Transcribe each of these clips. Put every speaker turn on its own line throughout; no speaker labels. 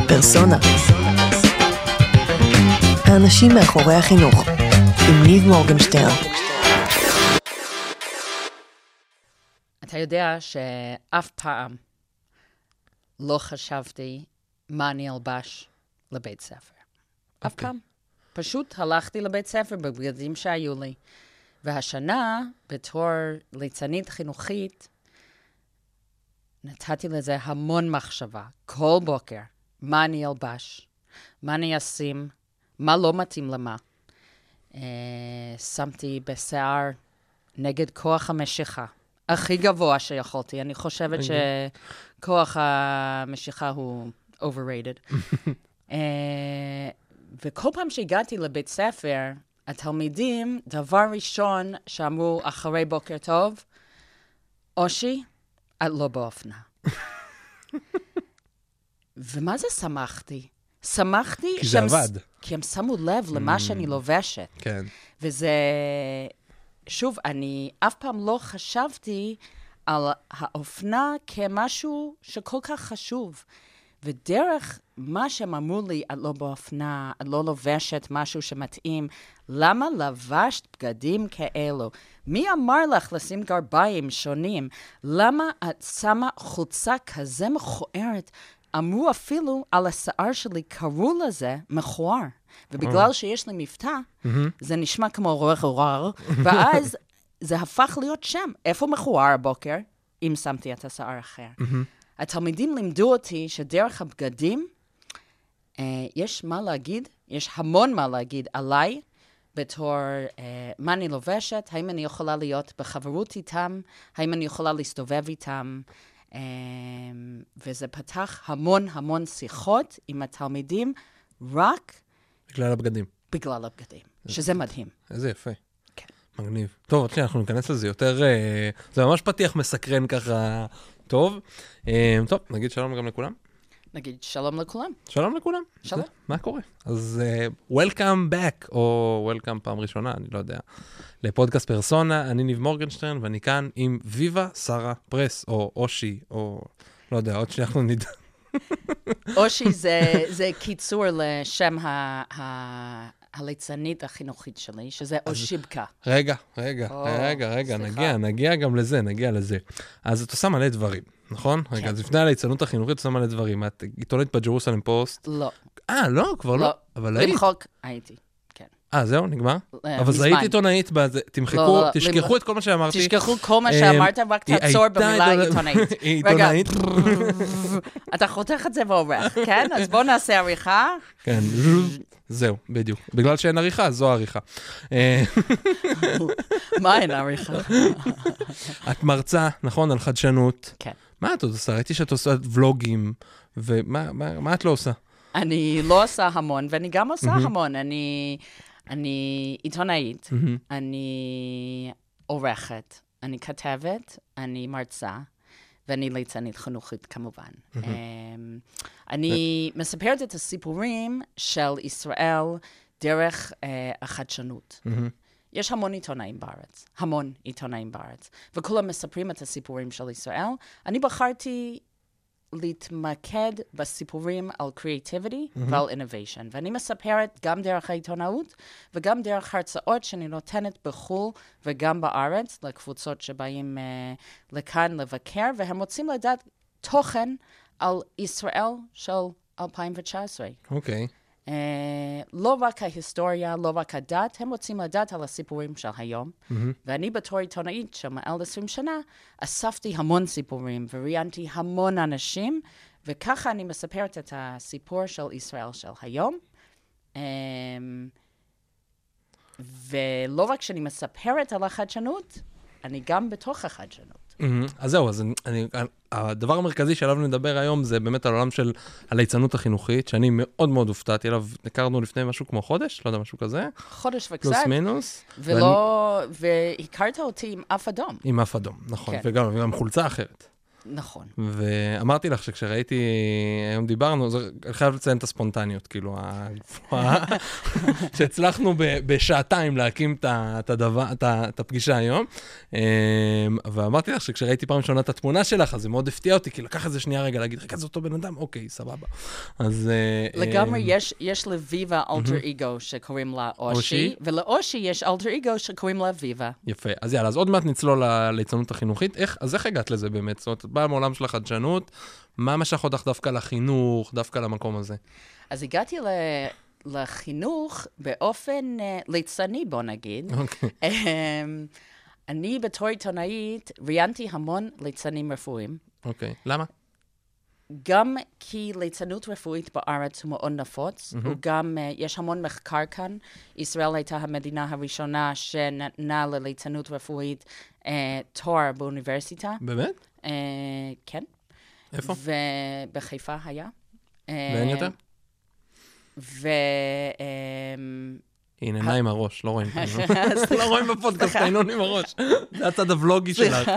פרסונה. האנשים מאחורי החינוך, עם ניב מורגנשטיין.
אתה יודע שאף פעם לא חשבתי מה אני אלבש לבית ספר. אף פעם. פשוט הלכתי לבית ספר בבגדים שהיו לי. והשנה, בתור ליצנית חינוכית, נתתי לזה המון מחשבה. כל בוקר, מה אני אלבש, מה אני אשים, מה לא מתאים למה. שמתי בשיער נגד כוח המשיכה. הכי גבוה שיכולתי. אני חושבת שכוח המשיכה הוא overrated. וכל פעם שהגעתי לבית ספר, התלמידים, דבר ראשון שאמרו אחרי בוקר טוב, אושי, את לא באופנה. ומה זה שמחתי? שמחתי
כי זה עבד.
כי הם שמו לב למה שאני לובשת.
כן.
וזה, שוב, אני אף פעם לא חשבתי על האופנה כמשהו שכל כך חשוב. ודרך מה שהם אמרו לי, את לא באופנה, את לא לובשת משהו שמתאים, למה לבשת בגדים כאלו? מי אמר לך לשים גרביים שונים? למה את שמה חולצה כזה מכוערת? אמרו אפילו על השיער שלי, קראו לזה מכוער. ובגלל שיש לי מבטא, זה נשמע כמו רוח, ואז זה הפך להיות שם. איפה מכוער הבוקר? אם שמתי את השיער אחר. התלמידים לימדו אותי שדרך הבגדים, יש מה להגיד, יש המון מה להגיד עליי, בתור מה אני לובשת, האם אני יכולה להיות בחברות איתם, האם אני יכולה להסתובב איתם, וזה פתח המון שיחות עם התלמידים, רק
בגלל הבגדים.
בגלל הבגדים, שזה מדהים.
איזה יפה.
כן.
מגניב. טוב, עוד אנחנו ניכנס לזה יותר, זה ממש פתיח מסקרן ככה, טוב. טוב, נגיד שלום גם לכולם.
נגיד שלום לכולם.
שלום לכולם.
שלום.
מה קורה? אז welcome back, או welcome פעם ראשונה, אני לא יודע, לפודקאסט פרסונה. אני ניב מורגנשטיין, ואני כאן עם ויבה שרה פרס, או אושי, או לא יודע, עוד שאנחנו נדע.
אושי זה קיצור לשם הליצנית החינוכית שלי, שזה אושיבקה.
רגע, נגיע גם לזה, אז את עושה מלא דברים, נכון? רגע, אז לפני הליצנות החינוכית את עושה מלא דברים. את עיתונאית בג'רוסלם פוסט?
לא.
לא, כבר לא. אבל היית.
למחוק, הייתי, כן.
זהו, נגמר? אבל
מזמן.
זה היית עיתונאית, תמחקו, תשכחו את כל מה שאמרתי.
תשכחו כל מה שאמרת, רק תעצור במילה עיתונאית.
עיתונאית.
אתה חותך את זה ועורך, כן? אז בוא נעשה עריכה.
כן, זהו, בדיוק. בגלל שאין עריכה, זו העריכה.
מה אין עריכה?
את מרצה, נכון, על חדשנות.
כן.
מה את עושה? ראיתי שאת עושה ולוגים, ומה את לא עושה?
אני לא עושה המון, ואני גם עושה המון. אני עיתונאית, אני עורכת, אני כתבת, אני מרצה, ואני ליצנית חינוכית כמובן. אני מספרת את הסיפורים של ישראל דרך החדשנות. יש המון עיתונאים בארץ, וכולם מספרים את הסיפורים של ישראל. אני בחרתי להתמקד בסיפורים על creativity ועל innovation. ואני מספרת גם דרך העיתונאות, וגם דרך הרצאות שאני נותנת בחול וגם בארץ, לקבוצות שבאים לכאן לבקר, והם רוצים לדעת תוכן על ישראל של 2019.
אוקיי.
לא רק ההיסטוריה, לא רק הדת, הם רוצים לדעת על הסיפורים של היום. ואני בתור עיתונאית של מעל 20 שנה, אספתי המון סיפורים וראיינתי המון אנשים, וככה אני מספרת את הסיפור של ישראל של היום. ולא רק שאני מספרת על החדשנות, אני גם בתוך החדשנות.
אז זהו, אז הדבר המרכזי שעליו נדבר היום זה באמת על העולם של הליצנות החינוכית, שאני מאוד מאוד הופתעתי עליו, הכרנו לפני משהו כמו חודש, לא יודע, משהו כזה.
חודש וקצת.
פלוס מינוס.
והכרת אותי עם אף אדום.
עם אף אדום, נכון, וגם חולצה אחרת.
נכון.
ואמרתי לך שכשראיתי, היום דיברנו, אני חייב לציין את הספונטניות, כאילו, שהצלחנו בשעתיים להקים את הפגישה היום, ואמרתי לך שכשראיתי פעם ראשונה את התמונה שלך, אז זה מאוד הפתיע אותי, כי לקח איזה שנייה רגע להגיד, רגע, זה אותו בן אדם, אוקיי, סבבה. אז...
לגמרי, יש לוויבה אלטר אגו שקוראים לה אושי, ולאושי יש אלטר אגו שקוראים לה ויבה.
יפה, אז יאללה, אז עוד מעט נצלול לליצנות החינוכית. אז איך הגעת לזה באמת? זאת אומרת, באה מעולם של החדשנות, מה משך אותך דווקא לחינוך, דווקא למקום הזה?
אז הגעתי לחינוך באופן ליצני, בוא נגיד. אני בתור עיתונאית ראיינתי המון ליצנים רפואיים.
אוקיי, למה?
גם כי ליצנות רפואית בארץ הוא מאוד נפוץ, וגם יש המון מחקר כאן. ישראל הייתה המדינה הראשונה שנתנה לליצנות רפואית תואר באוניברסיטה.
באמת?
כן.
איפה?
ובחיפה היה.
ואין יותר? הנה, נע עם הראש, לא רואים. לא רואים בפודקאסט, נעינון עם הראש. זה הצד הוולוגי שלך.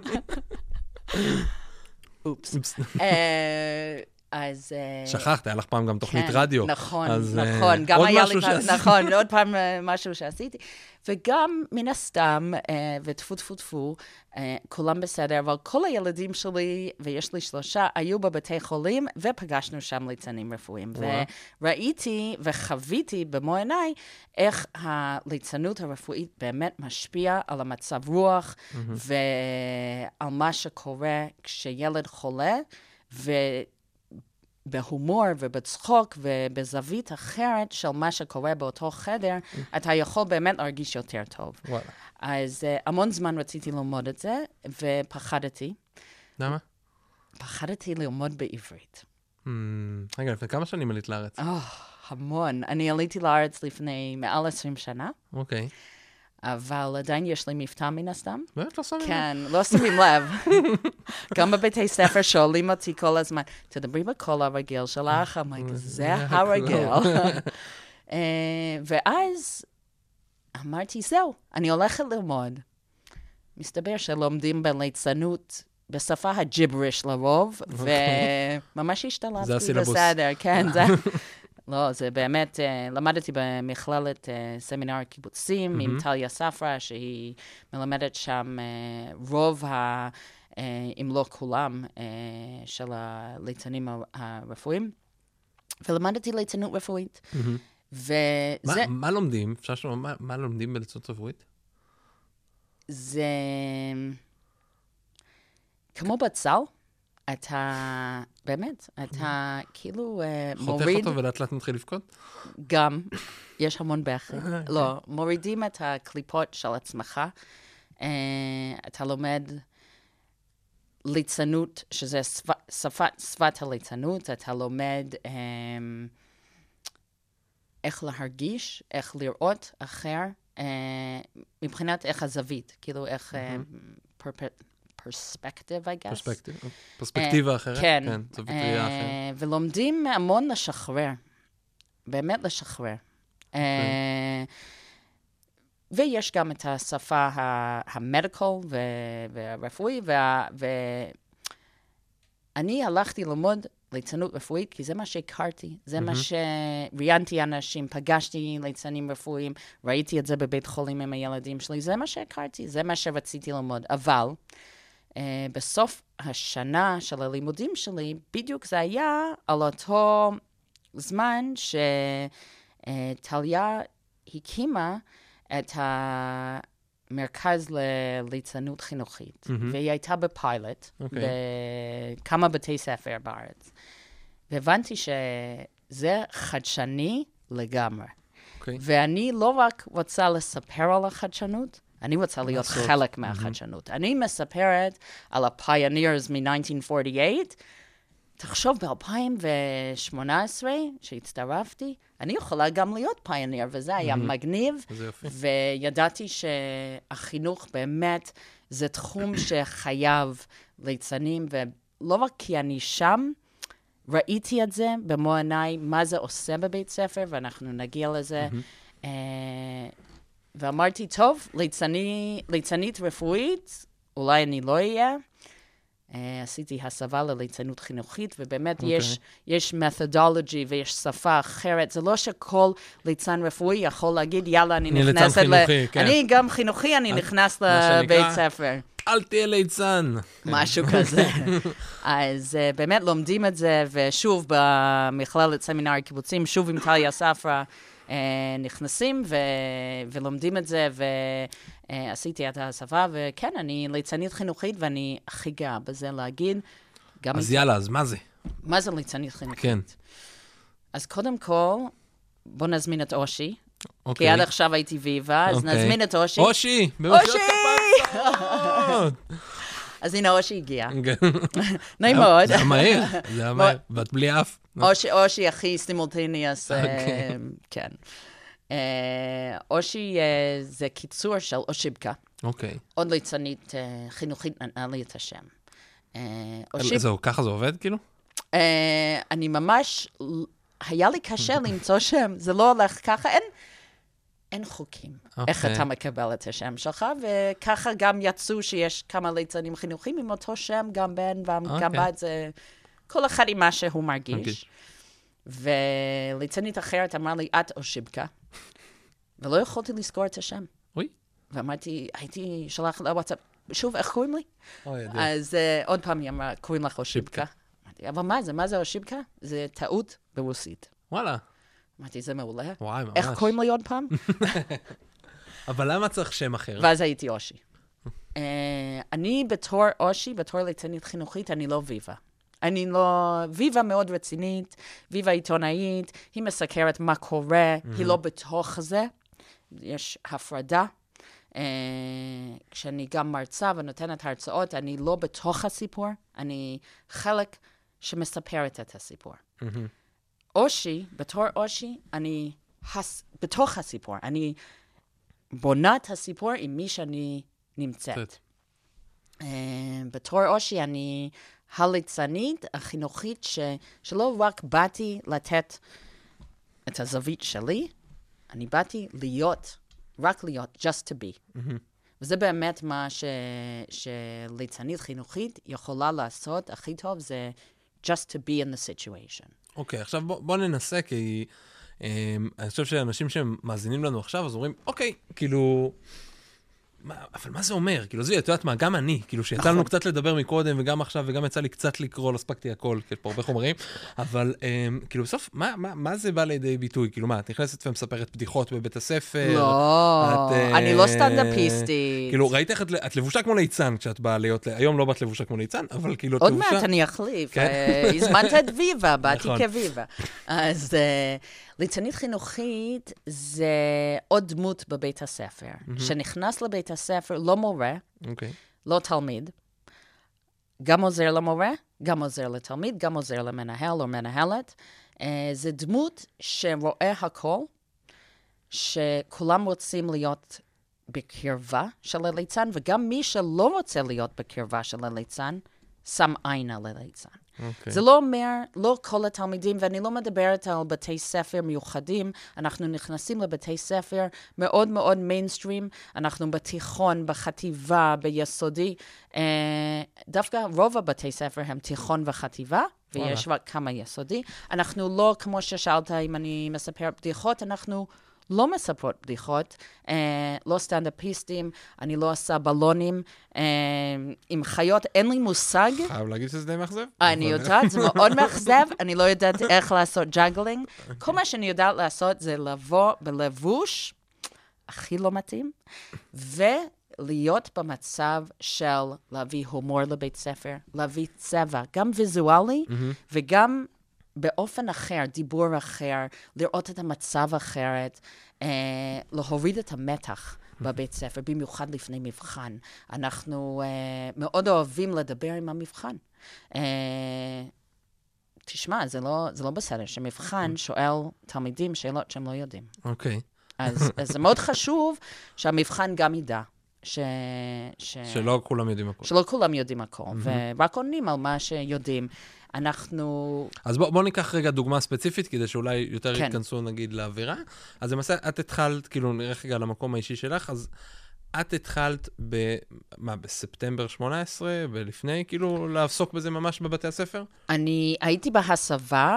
אופס. אז...
שכחת, היה לך פעם גם תוכנית רדיו.
נכון, נכון. גם היה לי פעם, נכון, עוד פעם משהו שעשיתי. וגם מן הסתם, וטפו טפו טפו, כולם בסדר, אבל כל הילדים שלי, ויש לי 3, היו בבתי חולים, ופגשנו שם ליצנים רפואיים. וראיתי וחוויתי במו עיניי, איך הליצנות הרפואית באמת משפיעה על המצב רוח, ועל מה שקורה כשילד חולה, בהומור ובצחוק ובזווית אחרת של מה שקורה באותו חדר, אתה יכול באמת להרגיש יותר טוב.
וואלה.
אז המון זמן רציתי ללמוד את זה, ופחדתי.
למה?
פחדתי ללמוד בעברית.
רגע, לפני כמה שנים עלית לארץ?
המון. אני עליתי לארץ לפני מעל 20 שנה.
אוקיי.
אבל עדיין יש לי מבטא מן הסתם.
באמת? לא שמים לב.
כן, לא שמים לב. גם בבתי ספר שואלים אותי כל הזמן, תדברי בקול הרגיל שלך, זה הרגיל. ואז אמרתי, זהו, אני הולכת ללמוד. מסתבר שלומדים בליצנות בשפה הג'יבריש לרוב, וממש השתלבתי.
זה הסילבוס.
בסדר, כן, זה... לא, זה באמת, למדתי במכללת סמינר הקיבוצים עם טליה ספרה, שהיא מלמדת שם רוב, אם לא כולם, של הליצנים הרפואיים, ולמדתי ליצנות רפואית. וזה...
מה לומדים? אפשר לשאול, מה לומדים בליצנות רפואית?
זה... כמו בצל. אתה, באמת, אתה כאילו מוריד...
חותך אותו ולאט לאט מתחיל לבכות?
גם, יש המון בכי. לא, מורידים את הקליפות של עצמך. אתה לומד ליצנות, שזה שפת הליצנות, אתה לומד איך להרגיש, איך לראות אחר, מבחינת איך הזווית, כאילו איך... perspective, I guess.
פרספקטיבה אחרת.
כן.
זווית ראייה אחרת.
ולומדים המון לשחרר. באמת לשחרר. ויש גם את השפה המדיקל והרפואי, ואני הלכתי ללמוד ליצנות רפואית, כי זה מה שהכרתי, זה מה שראיינתי אנשים, פגשתי ליצנים רפואיים, ראיתי את זה בבית חולים עם הילדים שלי, זה מה שהכרתי, זה מה שרציתי ללמוד. אבל בסוף השנה של הלימודים שלי, בדיוק זה היה על אותו זמן שטליה הקימה את המרכז לליצנות חינוכית, והיא הייתה בפיילוט, בכמה בתי ספר בארץ. והבנתי שזה חדשני לגמרי. ואני לא רק רוצה לספר על החדשנות, אני רוצה להיות חלק מהחדשנות. אני מספרת על ה-pioneers מ-1948. תחשוב, ב-2018, שהצטרפתי, אני יכולה גם להיות pioneer, וזה היה מגניב. וידעתי שהחינוך באמת זה תחום שחייב ליצנים, ולא רק כי אני שם, ראיתי את זה במו עיניי, מה זה עושה בבית ספר, ואנחנו נגיע לזה. ואמרתי, טוב, ליצנית רפואית, אולי אני לא אהיה. עשיתי הסבה לליצנות חינוכית, ובאמת יש methodology ויש שפה אחרת. זה לא שכל ליצן רפואי יכול להגיד, יאללה, אני נכנסת אני גם חינוכי, אני נכנס לבית ספר.
אל תהיה ליצן.
משהו כזה. אז באמת לומדים את זה, ושוב, במכללת סמינר קיבוצים, שוב עם טליה ספרא, נכנסים ולומדים את זה, ועשיתי את ההסבה, וכן, אני ליצנית חינוכית, ואני הכי גאה בזה להגיד.
אז יאללה, אז מה זה?
מה זה ליצנית חינוכית?
כן.
אז קודם כל, בוא נזמין את אושי, כי עד עכשיו הייתי ויבה, אז נזמין את אושי.
אושי!
אושי! אז הנה אושי הגיע. נעים מאוד.
זה המהיר, ואת בלי אף.
אושי הכי סימולטניאס, כן. אושי זה קיצור של אושיבקה.
אוקיי.
עוד ליצנית חינוכית נתנה לי את השם.
זהו, ככה זה עובד כאילו?
אני ממש, היה לי קשה למצוא שם, זה לא הולך ככה, אין חוקים איך אתה מקבל את השם שלך, וככה גם יצאו שיש כמה ליצנים חינוכים עם אותו שם, גם בן וגם בת, זה כל אחד עם מה שהוא מרגיש. וליצנית אחרת אמרה לי, את אושיבקה, ולא יכולתי לזכור את השם.
אוי.
ואמרתי, הייתי שלח לוואטסאפ, שוב, איך קוראים לי? אז עוד פעם היא אמרה, קוראים לך אושיבקה. אמרתי, אבל מה זה? מה זה אושיבקה? זה טעות ברוסית.
וואלה.
אמרתי, זה מעולה.
וואי, ממש.
איך קוראים לי עוד פעם?
אבל למה צריך שם אחר?
ואז הייתי אושי. אני בתור אושי, בתור ליצנית חינוכית, אני לא ויבה. אני לא... ויבה מאוד רצינית, ויבה עיתונאית, היא מסקרת מה קורה, היא לא בתוך זה. יש הפרדה. כשאני גם מרצה ונותנת הרצאות, אני לא בתוך הסיפור, אני חלק שמספרת את הסיפור. אושי, בתור אושי, אני בתוך הסיפור. אני בונה את הסיפור עם מי שאני נמצאת. בתור אושי, אני הליצנית, החינוכית, שלא רק באתי לתת את הזווית שלי, אני באתי להיות, רק להיות, just to be. וזה באמת מה שליצנית חינוכית יכולה לעשות הכי טוב, זה just to be in the situation.
אוקיי, עכשיו בוא ננסה, כי אני חושב שאנשים שמאזינים לנו עכשיו, אז אומרים, אוקיי, כאילו, אבל מה זה אומר? כאילו, זה, את יודעת מה, גם אני, כאילו, שיצא לנו קצת לדבר מקודם, וגם עכשיו, וגם יצא לי קצת לקרוא, לא הספקתי הכל, כי יש פה הרבה חומרים, אבל, כאילו, בסוף, מה זה בא לידי ביטוי? כאילו, מה, את נכנסת ומספרת בדיחות בבית הספר?
לא, אני לא סטנדאפיסטית.
כאילו, ראית איך את לבושה כמו ליצן, כשאת באה להיות, היום לא באת לבושה כמו ליצן, אבל כאילו, את לבושה...
עוד מעט אני אחליף, הזמנת את ויבה, באתי כוויבה. אז... ליצנית חינוכית זה עוד דמות בבית הספר, שנכנס לבית הספר, לא מורה, לא תלמיד, גם עוזר למורה, גם עוזר לתלמיד, גם עוזר למנהל או מנהלת. זה דמות שרואה הכל, שכולם רוצים להיות בקרבה של הליצן, וגם מי שלא רוצה להיות בקרבה של הליצן, שם עין על הליצן. זה לא אומר, לא כל התלמידים, ואני לא מדברת על בתי ספר מיוחדים, אנחנו נכנסים לבתי ספר מאוד מאוד מיינסטרים, אנחנו בתיכון, בחטיבה, ביסודי, דווקא רוב הבתי ספר הם תיכון וחטיבה, ויש רק כמה יסודי. אנחנו לא, כמו ששאלת אם אני מספרת בדיחות, אנחנו לא מספרות בדיחות, לא סטנדאפיסטים, אני לא עושה בלונים, עם חיות, אין לי מושג.
חייב להגיד שזה די מאכזב?
אני יודעת, זה מאוד מאכזב, אני לא יודעת איך לעשות ג'אגלינג. כל מה שאני יודעת לעשות זה לבוא בלבוש הכי לא מתאים, ולהיות במצב של להביא הומור לבית ספר, להביא צבע, גם ויזואלי וגם... באופן אחר, דיבור אחר, לראות את המצב אחרת, להוריד את המתח בבית ספר, במיוחד לפני מבחן. אנחנו מאוד אוהבים לדבר עם המבחן. תשמע, זה לא בסדר, שמבחן שואל תלמידים שאלות שהם לא יודעים.
אוקיי.
אז זה מאוד חשוב שהמבחן גם ידע.
שלא כולם יודעים הכל.
שלא כולם יודעים הכל, ורק עונים על מה שיודעים. אנחנו...
אז בוא ניקח רגע דוגמה ספציפית, כדי שאולי יותר יתכנסו, נגיד, לאווירה. אז למעשה, את התחלת, כאילו, נראה רגע למקום האישי שלך, אז את התחלת בספטמבר 18, ולפני, כאילו, לעסוק בזה ממש בבתי הספר?
אני הייתי בהסבה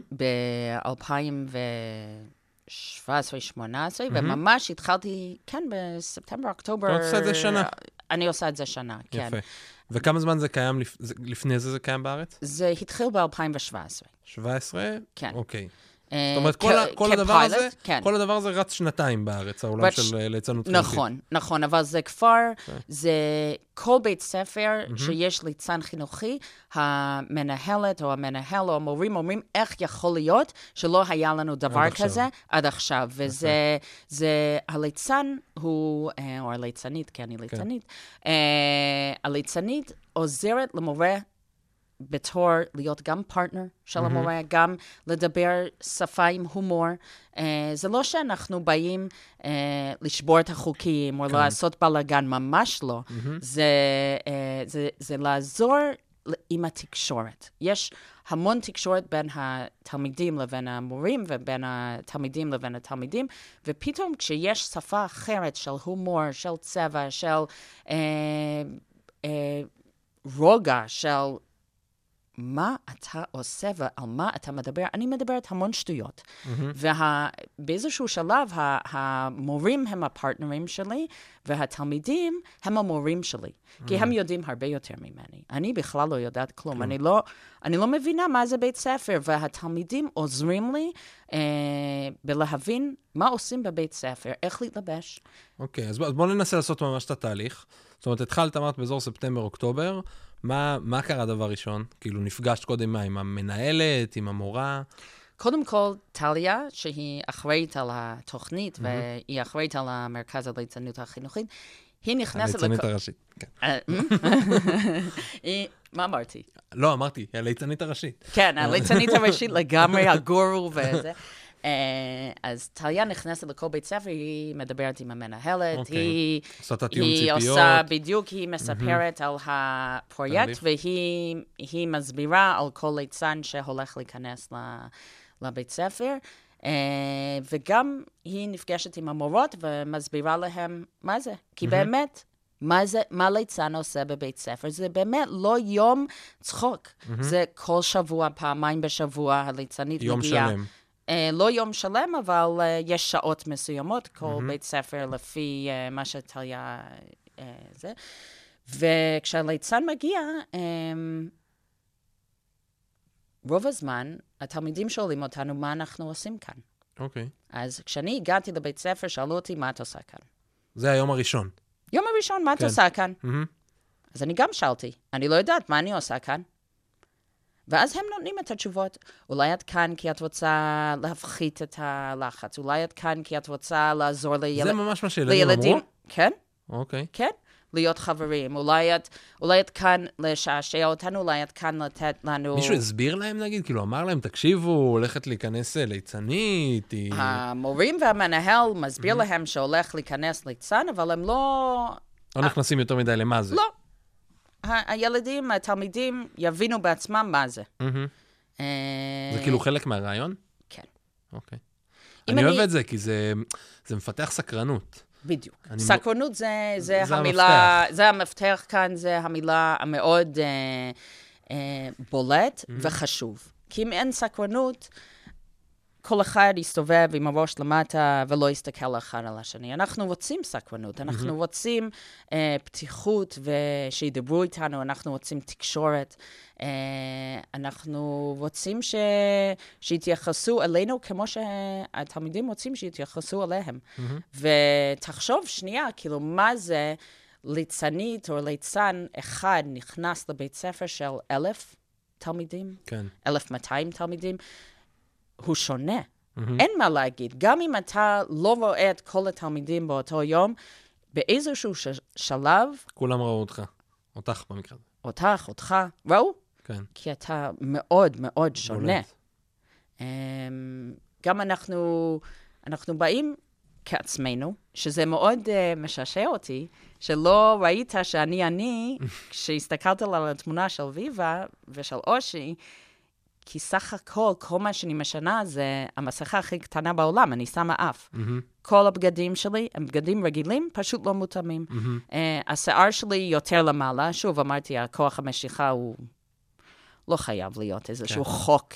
ב-2017-2018, וממש התחלתי, כן, בספטמבר, אוקטובר.
אתה עושה את זה שנה.
אני עושה את זה שנה, כן.
יפה. וכמה זמן זה קיים, לפני זה קיים בארץ?
זה התחיל ב-2017.
17?
כן.
אוקיי. זאת אומרת, כל הדבר הזה רץ שנתיים בארץ, העולם של ליצנות חינוכית.
נכון, נכון, אבל זה כבר, זה כל בית ספר שיש ליצן חינוכי, המנהלת או המנהל או המורים אומרים, איך יכול להיות שלא היה לנו דבר כזה עד עכשיו. וזה, הליצן הוא, או הליצנית, כי אני ליצנית, הליצנית עוזרת למורה בתור להיות גם פרטנר של המורה, גם לדבר שפה עם הומור. זה לא שאנחנו באים לשבור את החוקים או לעשות בלגן, ממש לא. זה לעזור עם התקשורת. יש המון תקשורת בין התלמידים לבין המורים, ובין התלמידים לבין התלמידים, ופתאום כשיש שפה אחרת של הומור, של צבע, של רוגע, של מה אתה עושה ועל מה אתה מדבר? אני מדברת המון שטויות. ובאיזשהו שלב, המורים הם הפרטנרים שלי, והתלמידים הם המורים שלי. כי הם יודעים הרבה יותר ממני. אני בכלל לא יודעת כלום. אני לא מבינה מה זה בית ספר, והתלמידים עוזרים לי בלהבין מה עושים בבית ספר, איך להתלבש.
אוקיי, אז בואו ננסה לעשות ממש את התהליך. זאת אומרת, התחלת, אמרת, באזור ספטמבר-אוקטובר, מה קרה דבר ראשון? כאילו, נפגשת קודם עם המנהלת, עם המורה?
קודם כל, טליה, שהיא אחראית על התוכנית, והיא אחראית על המרכז הליצנות החינוכית, היא נכנסת...
הליצנית הראשית, כן.
מה אמרתי?
לא, אמרתי, הליצנית הראשית.
כן, הליצנית הראשית לגמרי, הגורו וזה. אז טליה נכנסת לכל בית ספר, היא מדברת עם המנהלת, היא עושה בדיוק, היא מספרת על הפרויקט, והיא מסבירה על כל ליצן שהולך להיכנס לבית ספר, וגם היא נפגשת עם המורות ומסבירה להם מה זה, כי באמת, מה ליצן עושה בבית ספר? זה באמת לא יום צחוק, זה כל שבוע, פעמיים בשבוע, הליצנית מגיעה. יום שלם. לא יום שלם, אבל יש שעות מסוימות, כל בית ספר לפי מה שטליה זה. וכשהליצן מגיע, רוב הזמן, התלמידים שואלים אותנו מה אנחנו עושים כאן.
אוקיי.
אז כשאני הגעתי לבית ספר, שאלו אותי מה את עושה כאן.
זה היום הראשון.
יום הראשון, מה את עושה כאן? אז אני גם שאלתי, אני לא יודעת מה אני עושה כאן. ואז הם נותנים את התשובות. אולי את כאן כי את רוצה להפחית את הלחץ. אולי את כאן כי את רוצה לעזור לילדים.
זה ממש מה שילדים אמרו?
כן.
אוקיי.
כן. להיות חברים. אולי את כאן לשעשע אותנו, אולי את כאן לתת לנו...
מישהו הסביר להם, נגיד? כאילו, אמר להם, תקשיבו, הולכת להיכנס ליצנית.
המורים והמנהל מסביר להם שהולך להיכנס ליצן, אבל הם לא...
לא נכנסים יותר מדי למה זה.
לא. הילדים, התלמידים, יבינו בעצמם מה זה.
זה כאילו חלק מהרעיון?
כן.
אוקיי. אני אוהב את זה, כי זה מפתח סקרנות.
בדיוק. סקרנות זה המילה, זה המפתח כאן, זה המילה המאוד בולט וחשוב. כי אם אין סקרנות, כל אחד יסתובב עם הראש למטה ולא יסתכל אחד על השני. אנחנו רוצים סקרנות, אנחנו רוצים פתיחות ושידברו איתנו, אנחנו רוצים תקשורת, אנחנו רוצים שיתייחסו אלינו כמו שהתלמידים רוצים שיתייחסו אליהם. ותחשוב שנייה, כאילו מה זה ליצנית או ליצן אחד נכנס לבית ספר של 1,000 תלמידים?
כן.
1,200 תלמידים? הוא שונה. אין מה להגיד. גם אם אתה לא רואה את כל התלמידים באותו יום, באיזשהו שלב...
כולם ראו אותך. אותך במקרה.
אותך. ראו?
כן.
כי אתה מאוד מאוד שונה. גם אנחנו באים כעצמנו, שזה מאוד משעשע אותי, שלא ראית שאני, כשהסתכלת על התמונה של ויבה ושל אושי, כי סך הכל, כל מה שאני משנה זה המסכה הכי קטנה בעולם, אני שמה אף. כל הבגדים שלי הם בגדים רגילים, פשוט לא מותאמים. השיער שלי יותר למעלה, שוב אמרתי, הכוח המשיכה הוא לא חייב להיות איזשהו חוק.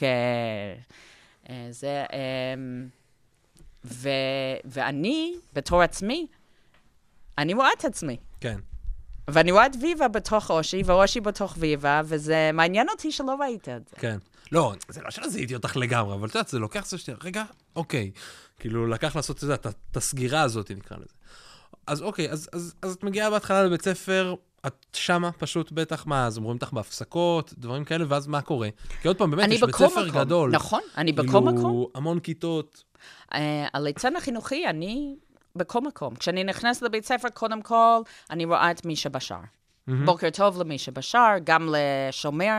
ואני, בתור עצמי, אני רואה את עצמי.
כן.
ואני רואה את ויבה בתוך אושי, ואושי בתוך ויבה, וזה מעניין אותי שלא ראית את זה.
כן. לא, זה לא שלזיהיתי אותך לגמרי, אבל אתה יודעת, זה לוקח זה שתהיה, רגע, אוקיי. כאילו, לקח לעשות את הסגירה הזאת, נקרא לזה. אז אוקיי, אז את מגיעה בהתחלה לבית ספר, את שמה פשוט בטח, מה, אז אומרים לך בהפסקות, דברים כאלה, ואז מה קורה? כי עוד פעם, באמת, יש בית ספר גדול.
נכון, אני בכל מקום.
כאילו, המון כיתות.
הליצן החינוכי, אני בכל מקום. כשאני נכנסת לבית ספר, קודם כל, אני רואה את מי שבשאר. בוקר טוב למי שבשאר, גם לשומר.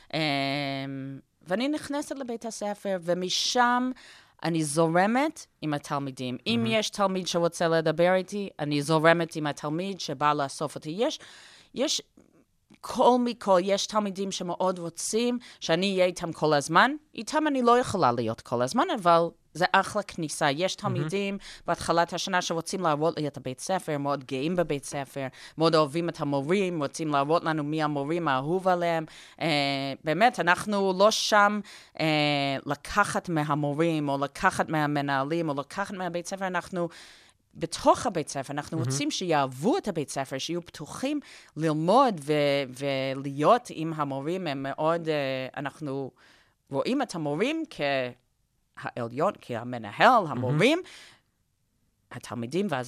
ואני נכנסת לבית הספר, ומשם אני זורמת עם התלמידים. אם יש תלמיד שרוצה לדבר איתי, אני זורמת עם התלמיד שבא לאסוף אותי. יש יש תלמידים שמאוד רוצים שאני אהיה איתם כל הזמן. איתם אני לא יכולה להיות כל הזמן, אבל זה אחלה כניסה. יש תלמידים בהתחלת השנה שרוצים להראות לי את הבית ספר, מאוד גאים בבית ספר, מאוד אוהבים את המורים, רוצים להראות לנו מי המורים האהוב עליהם. באמת, אנחנו לא שם לקחת מהמורים, או לקחת מהמנהלים, או לקחת מהבית ספר, אנחנו בתוך הבית ספר, אנחנו רוצים שיאהבו את הבית ספר, שיהיו פתוחים ללמוד ולהיות עם המורים. הם מאוד, אנחנו רואים את המורים העליון, כי המנהל, המורים, התלמידים, ואז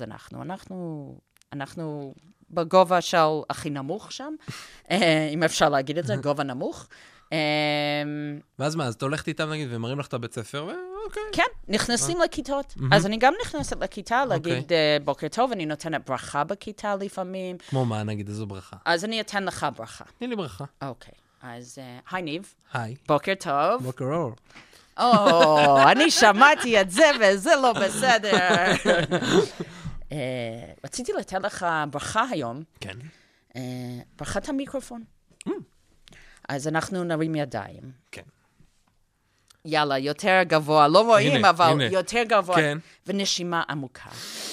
אנחנו בגובה של הכי נמוך שם, אם אפשר להגיד את זה, גובה נמוך.
ואז מה, אז אתה הולכת איתם נגיד ומראים לך את הבית ספר, ואוקיי.
כן, נכנסים לכיתות. אז אני גם נכנסת לכיתה, להגיד בוקר טוב, אני נותנת ברכה בכיתה לפעמים.
כמו מה, נגיד, איזו ברכה?
אז אני אתן לך ברכה.
תני לי ברכה.
אוקיי, אז היי ניב.
היי.
בוקר טוב.
בוקר אור.
אני שמעתי את זה וזה לא בסדר. רציתי לתת לך ברכה היום.
כן.
ברכת המיקרופון. אז אנחנו נרים ידיים.
כן.
יאללה, יותר גבוה, לא רואים, אבל יותר גבוה.
כן.
ונשימה עמוקה.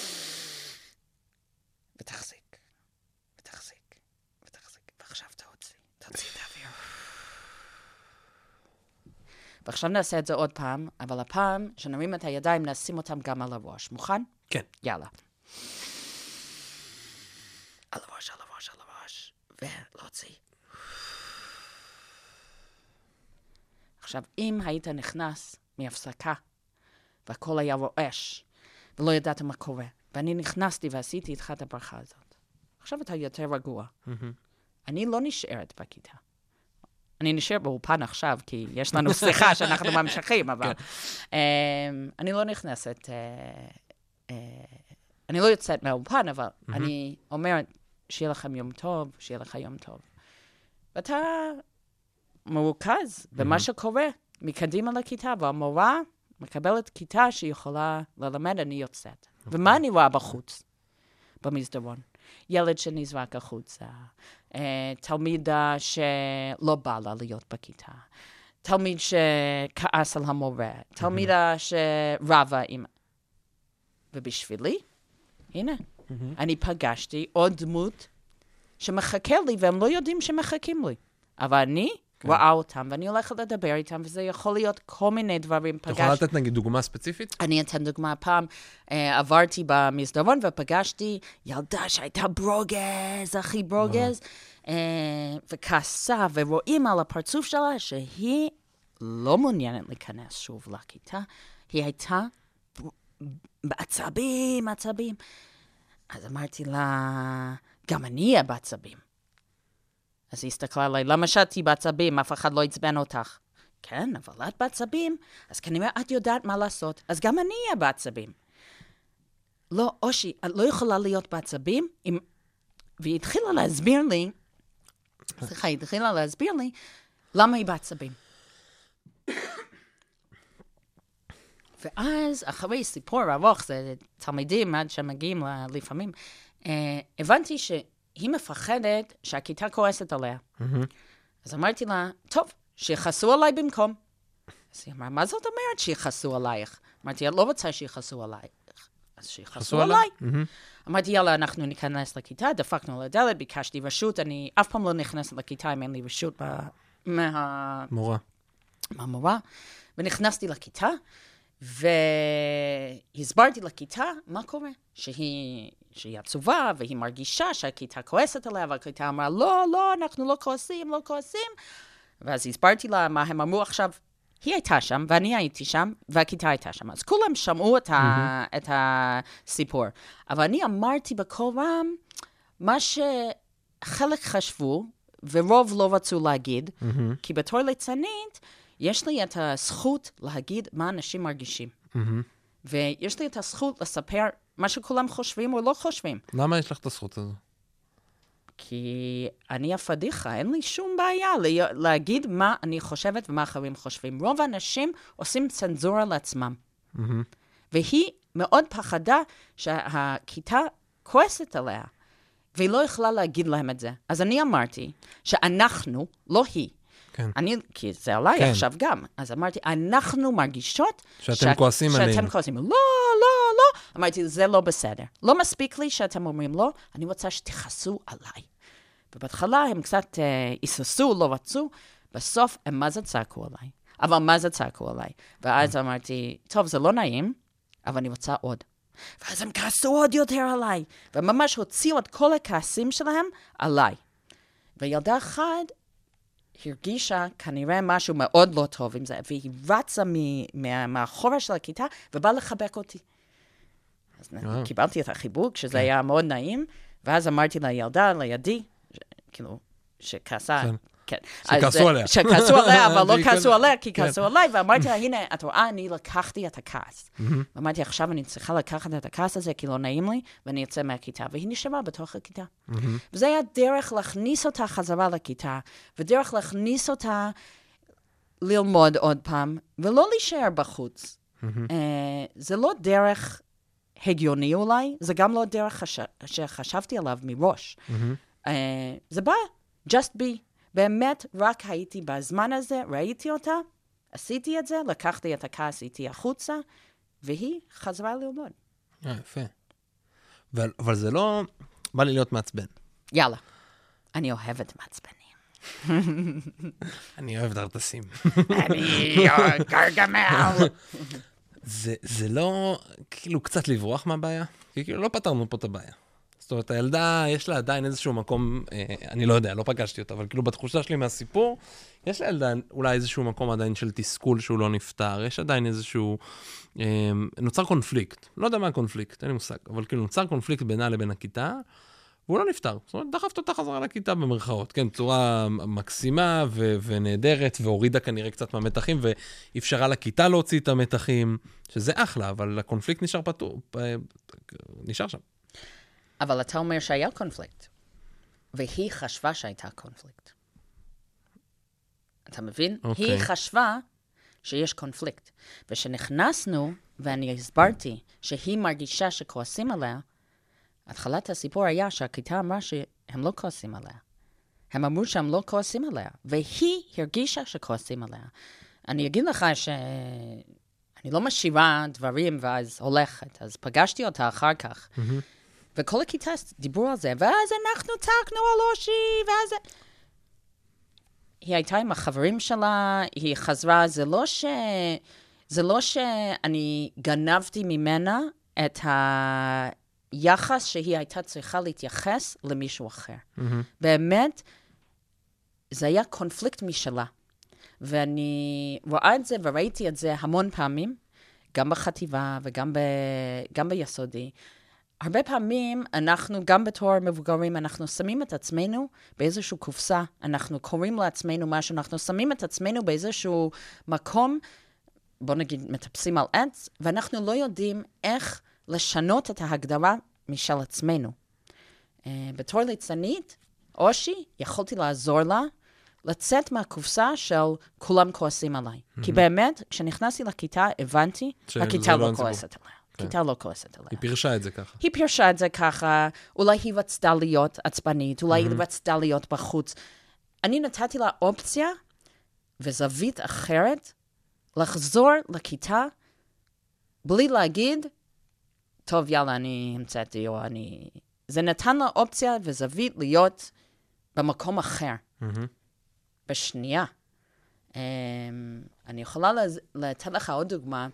ותחזיק, ותחזיק, ותחזיק. ועכשיו תוציא את האוויר. ועכשיו נעשה את זה עוד פעם, אבל הפעם שנרים את הידיים, נשים אותם גם על הראש. מוכן?
כן.
יאללה. על הראש, על הראש, על הראש. ולהוציא. עכשיו, אם היית נכנס מהפסקה, והכל היה רועש, ולא ידעת מה קורה, ואני נכנסתי ועשיתי איתך את הברכה הזאת, עכשיו אתה יותר רגוע. אני לא נשארת בכיתה. אני נשארת באולפן עכשיו, כי יש לנו שיחה שאנחנו ממשיכים, אבל אני לא נכנסת, אני לא יוצאת מהאולפן, אבל אני אומרת, שיהיה לכם יום טוב, שיהיה לך יום טוב. ואתה מרוכז במה שקורה מקדימה לכיתה, והמורה מקבלת כיתה שיכולה ללמד, אני יוצאת. ומה אני רואה בחוץ? במסדרון. ילד שנזרק החוצה, תלמידה שלא בא לה להיות בכיתה, תלמיד שכעס על המורה, תלמידה שרבה עם... ובשבילי, הנה, אני פגשתי עוד דמות שמחכה לי, והם לא יודעים שמחכים לי. אבל אני רואה אותם, ואני הולכת לדבר איתם, וזה יכול להיות כל מיני דברים.
אתה יכולה לתת נגיד דוגמה ספציפית?
אני אתן דוגמה. פעם עברתי במסדרון, ופגשתי ילדה שהייתה ברוגז, הכי ברוגז, וכעסה, ורואים על הפרצוף שלה שהיא לא מעוניינת להיכנס שוב לכיתה. היא הייתה בעצבים, עצבים. אז אמרתי לה, גם אני אהיה בעצבים. אז היא הסתכלה עליי, למה שאת בעצבים? אף אחד לא יצבן אותך. כן, אבל את בעצבים, אז כנראה את יודעת מה לעשות. אז גם אני אהיה בעצבים. לא, אושי, את לא יכולה להיות בעצבים? והיא התחילה להסביר לי, למה היא בעצבים. ואז, אחרי סיפור ארוך, זה תלמידים עד שמגיעים לפעמים, הבנתי שהיא מפחדת שהכיתה כועסת עליה. אז אמרתי לה, טוב, שיחסו עליי במקום. אז היא אמרה, מה זאת אומרת שיחסו עלייך? אמרתי, את לא רוצה שיחסו עלייך. אז שיחסו עליי. אמרתי, יאללה, אנחנו ניכנס לכיתה, דפקנו על הדלת, ביקשתי רשות, אני אף פעם לא נכנסת לכיתה אם אין לי רשות מהמורה. ונכנסתי לכיתה, והסברתי לכיתה מה קורה, שהיא עצובה, והיא מרגישה שהכיתה כועסת עליה, והכיתה אמרה, לא, אנחנו לא כועסים, ואז הסברתי לה מה הם אמרו עכשיו, היא הייתה שם, ואני הייתי שם, והכיתה הייתה שם. אז כולם שמעו את הסיפור. אבל אני אמרתי בקול רם, מה שחלק חשבו, ורוב לא רצו להגיד, כי בתור ליצנית, יש לי את הזכות להגיד מה אנשים מרגישים. ויש לי את הזכות לספר מה שכולם חושבים או לא חושבים.
למה יש לך את הזכות הזו?
כי אני הפדיחה, אין לי שום בעיה להגיד מה אני חושבת ומה אחרים חושבים. רוב האנשים עושים צנזורה לעצמם. והיא מאוד פחדה שהכיתה כועסת עליה, והיא לא יכלה להגיד להם את זה. אז אני אמרתי שאנחנו, לא היא,
כן.
כי זה עליי
כן.
עכשיו גם, אז אמרתי, אנחנו מרגישות
שאתם כועסים עלינו.
שאתם כועסים. לא. אמרתי, זה לא בסדר. לא מספיק לי שאתם אומרים לא, אני רוצה שתכעסו עליי. ובהתחלה הם קצת היססו, לא רצו, בסוף הם מה זה צעקו עליי. אבל מה זה צעקו עליי? ואז אמרתי, טוב, זה לא נעים, אבל אני רוצה עוד. ואז הם כעסו עוד יותר עליי, וממש הוציאו את כל הכעסים שלהם עליי. וילדה אחת הרגישה כנראה משהו מאוד לא טוב עם זה, והיא רצה מהחורש של הכיתה, ובאה לחבק אותי. אז קיבלתי את החיבוק, שזה היה מאוד נעים, ואז אמרתי לילדה, לידי, כאילו, שכעסה, כן.
שכעסו עליה.
שכעסו עליה, אבל לא כעסו עליה, כי כעסו עליי, ואמרתי לה, הנה, את רואה, אני לקחתי את הכעס. ואמרתי, עכשיו אני צריכה לקחת את הכעס הזה, כי לא נעים לי, ואני אצא מהכיתה. והיא נשארה בתוך הכיתה. וזה היה דרך להכניס אותה חזרה לכיתה, ודרך להכניס אותה ללמוד עוד פעם, ולא להישאר בחוץ. זה לא דרך הגיוני אולי, זה גם לא דרך שחשבתי עליו מראש. זה בא, just be. באמת, רק הייתי בזמן הזה, ראיתי אותה, עשיתי את זה, לקחתי את הכעס איתי החוצה, והיא חזרה ללמוד.
יפה. אבל זה לא בא לי להיות מעצבן.
יאללה, אני אוהבת מעצבנים.
אני אוהב דרטסים.
אני גרגמל.
זה לא, כאילו, קצת לברוח מהבעיה? כי כאילו, לא פתרנו פה את הבעיה. זאת אומרת, הילדה, יש לה עדיין איזשהו מקום, אני לא יודע, לא פגשתי אותה, אבל כאילו בתחושה שלי מהסיפור, יש לה ילדה אולי איזשהו מקום עדיין של תסכול שהוא לא נפטר, יש עדיין איזשהו, נוצר קונפליקט, לא יודע מה הקונפליקט, אין לי מושג, אבל כאילו נוצר קונפליקט בינה לבין הכיתה, והוא לא נפטר. זאת אומרת, דחפת אותה חזרה לכיתה במרכאות, כן, צורה מקסימה ונהדרת, והורידה כנראה קצת מהמתחים, ואפשרה לכיתה להוציא את המתחים, שזה אחלה, אבל הקונפליקט נשאר פתור, נשאר שם.
אבל אתה אומר שהיה קונפליקט, והיא חשבה שהייתה קונפליקט. אתה מבין? היא חשבה שיש קונפליקט. ושנכנסנו, ואני הסברתי שהיא מרגישה שכועסים עליה, התחלת הסיפור היה שהכיתה אמרה שהם לא כועסים עליה. הם אמרו שהם לא כועסים עליה, והיא הרגישה שכועסים עליה. אני אגיד לך שאני לא משאירה דברים ואז הולכת, אז פגשתי אותה אחר כך. וכל הכיתה דיברו על זה, ואז אנחנו צעקנו על אושי, ואז... היא הייתה עם החברים שלה, היא חזרה, זה לא שאני גנבתי ממנה את היחס שהיא הייתה צריכה להתייחס למישהו אחר. באמת, זה היה קונפליקט משלה. ואני רואה את זה וראיתי את זה המון פעמים, גם בחטיבה וגם ביסודי. הרבה פעמים אנחנו, גם בתור מבוגרים, אנחנו שמים את עצמנו באיזושהי קופסה, אנחנו קוראים לעצמנו משהו, אנחנו שמים את עצמנו באיזשהו מקום, בוא נגיד, מטפסים על עץ, ואנחנו לא יודעים איך לשנות את ההגדרה משל עצמנו. בתור ליצנית, אושי, יכולתי לעזור לה לצאת מהקופסה של כולם כועסים עליי. כי באמת, כשנכנסתי לכיתה, הבנתי, הכיתה לא כועסת עליה. כיתה לא כועסת עליה.
היא פירשה את זה ככה.
היא פירשה את זה ככה, אולי היא רצתה להיות עצבנית, אולי היא רצתה להיות בחוץ. אני נתתי לה אופציה וזווית אחרת לחזור לכיתה, בלי להגיד, טוב, יאללה, אני המצאתי, או אני... זה נתן לה אופציה וזווית להיות במקום אחר. בשנייה. אני יכולה לתת לך עוד דוגמה.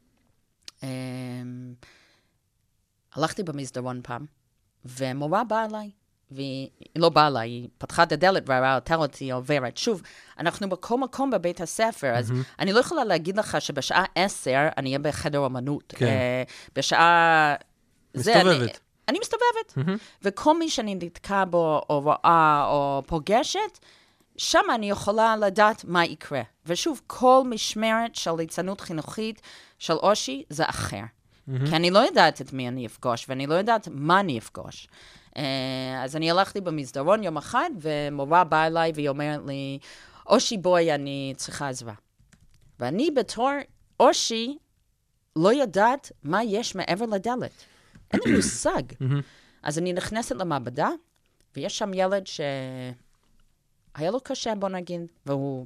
הלכתי במסדרון פעם, ומורה באה אליי, והיא לא באה אליי, היא פתחה את הדלת והראה אותי עוברת. שוב, אנחנו בכל מקום בבית הספר, אז אני לא יכולה להגיד לך שבשעה 10 אני אהיה בחדר אמנות. בשעה...
מסתובבת.
אני מסתובבת. וכל מי שאני נתקע בו, או רואה, או פוגשת, שם אני יכולה לדעת מה יקרה. ושוב, כל משמרת של ליצנות חינוכית של אושי זה אחר. כי אני לא יודעת את מי אני אפגוש, ואני לא יודעת מה אני אפגוש. אז אני הלכתי במסדרון יום אחד, ומורה באה אליי והיא אומרת לי, אושי בואי, אני צריכה עזרה. ואני בתור אושי לא יודעת מה יש מעבר לדלת. אין לי מושג. אז אני נכנסת למעבדה, ויש שם ילד שהיה לו קשה, בוא נגיד, והוא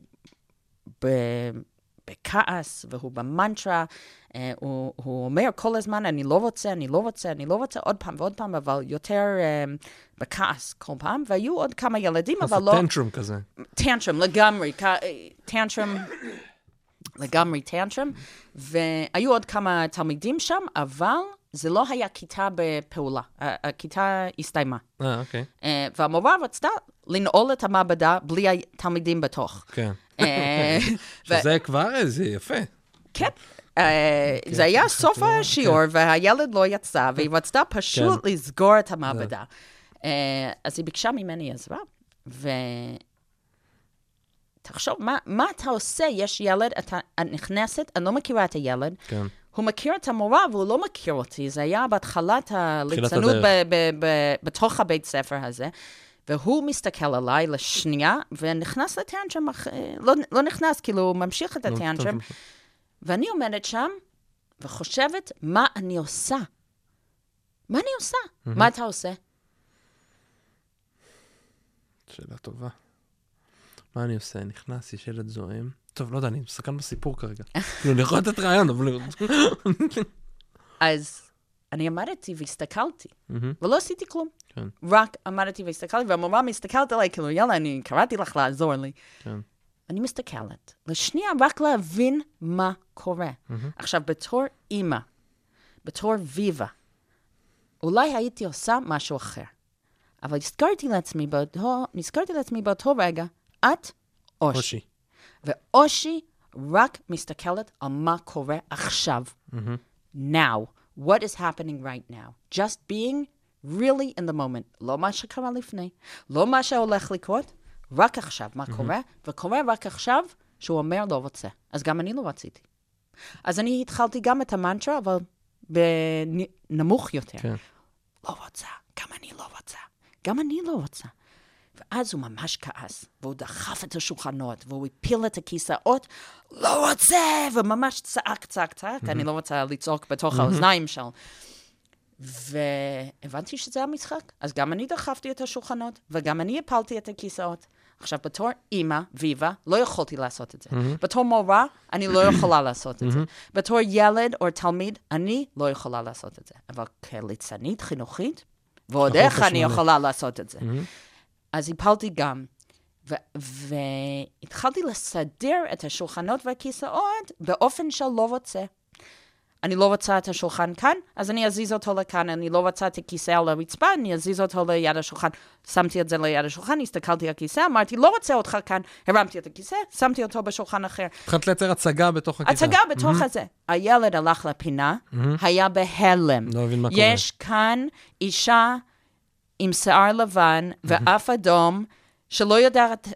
בכעס, והוא במנטרה, הוא אומר כל הזמן, אני לא רוצה, עוד פעם ועוד פעם, אבל יותר בכעס כל פעם, והיו עוד כמה ילדים, אבל לא...
טנטרום כזה.
טנטרום, לגמרי, טנטרום, והיו עוד כמה תלמידים שם, אבל זה לא היה כיתה בפעולה, הכיתה הסתיימה.
אוקיי.
והמורה רצתה לנעול את המעבדה בלי התלמידים בתוך.
כן. שזה כבר זה יפה.
כן. זה היה סוף השיעור, והילד לא יצא, והיא רצתה פשוט לסגור את המעבדה. אז היא ביקשה ממני עזרה, ותחשוב, מה אתה עושה? יש ילד, את נכנסת, אני לא מכירה את הילד, הוא מכיר את המורה, והוא לא מכיר אותי. זה היה בהתחלת הליצנות בתוך הבית ספר הזה, והוא מסתכל עליי לשנייה, ונכנס לטנטרום, לא נכנס, כאילו הוא ממשיך את הטנטרום, ואני עומדת שם, וחושבת, מה אני עושה? מה אני עושה? מה אתה עושה?
שאלה טובה. מה אני עושה? נכנס, יש ילד זועם. טוב, לא יודע, אני מסכן בסיפור כרגע. כאילו, אני יכול לתת רעיון, אבל...
אז אני עמדתי והסתכלתי, ולא עשיתי כלום. רק עמדתי והסתכלתי, והמורה מסתכלת עליי, כאילו, יאללה, אני קראתי לך לעזור לי. אני מסתכלת, לשנייה רק להבין מה קורה. עכשיו, בתור אימא, בתור ויבה, אולי הייתי עושה משהו אחר. אבל נזכרתי לעצמי באותו רגע, את אושי. ואושי רק מסתכלת על מה קורה עכשיו. Now. What is happening right now? Just being really in the moment. לא מה שקרה לפני, לא מה שהולך לקרות, רק עכשיו מה קורה, וקורה רק עכשיו שהוא אומר לא רוצה. אז גם אני לא רציתי. אז אני התחלתי גם את המנטרה, אבל בנמוך יותר. לא רוצה, גם אני לא רוצה. גם אני לא רוצה. ואז הוא ממש כעס, והוא דחף את השולחנות, והוא הפיל את הכיסאות, לא רוצה, וממש צעק, אני לא רוצה לצעוק בתוך האוזניים של. והבנתי שזה המשחק, אז גם אני דחפתי את השולחנות, וגם אני הפלתי את הכיסאות. עכשיו, בתור אימא, ויבה, לא יכולתי לעשות את זה. בתור מורה, אני לא יכולה לעשות את זה. בתור ילד או תלמיד, אני לא יכולה לעשות את זה. אבל כליצנית חינוכית, ועוד איך אני יכולה לעשות את זה. אז הפלתי גם, והתחלתי לסדר את השולחנות והכיסאות באופן שלא רוצה. אני לא רוצה את השולחן כאן, אז אני אזיז אותו לכאן. אני לא רוצה את הכיסא על הרצפה, אני אזיז אותו ליד השולחן. שמתי את זה ליד השולחן, הסתכלתי על הכיסא, אמרתי, לא רוצה אותך כאן. הרמתי את הכיסא, שמתי אותו בשולחן אחר.
התחלת לייצר הצגה בתוך הכיתה.
הצגה בתוך הזה. הילד הלך לפינה, היה בהלם.
לא מבין מה קורה.
יש כאן אישה עם שיער לבן ואף אדום, שלא יודעת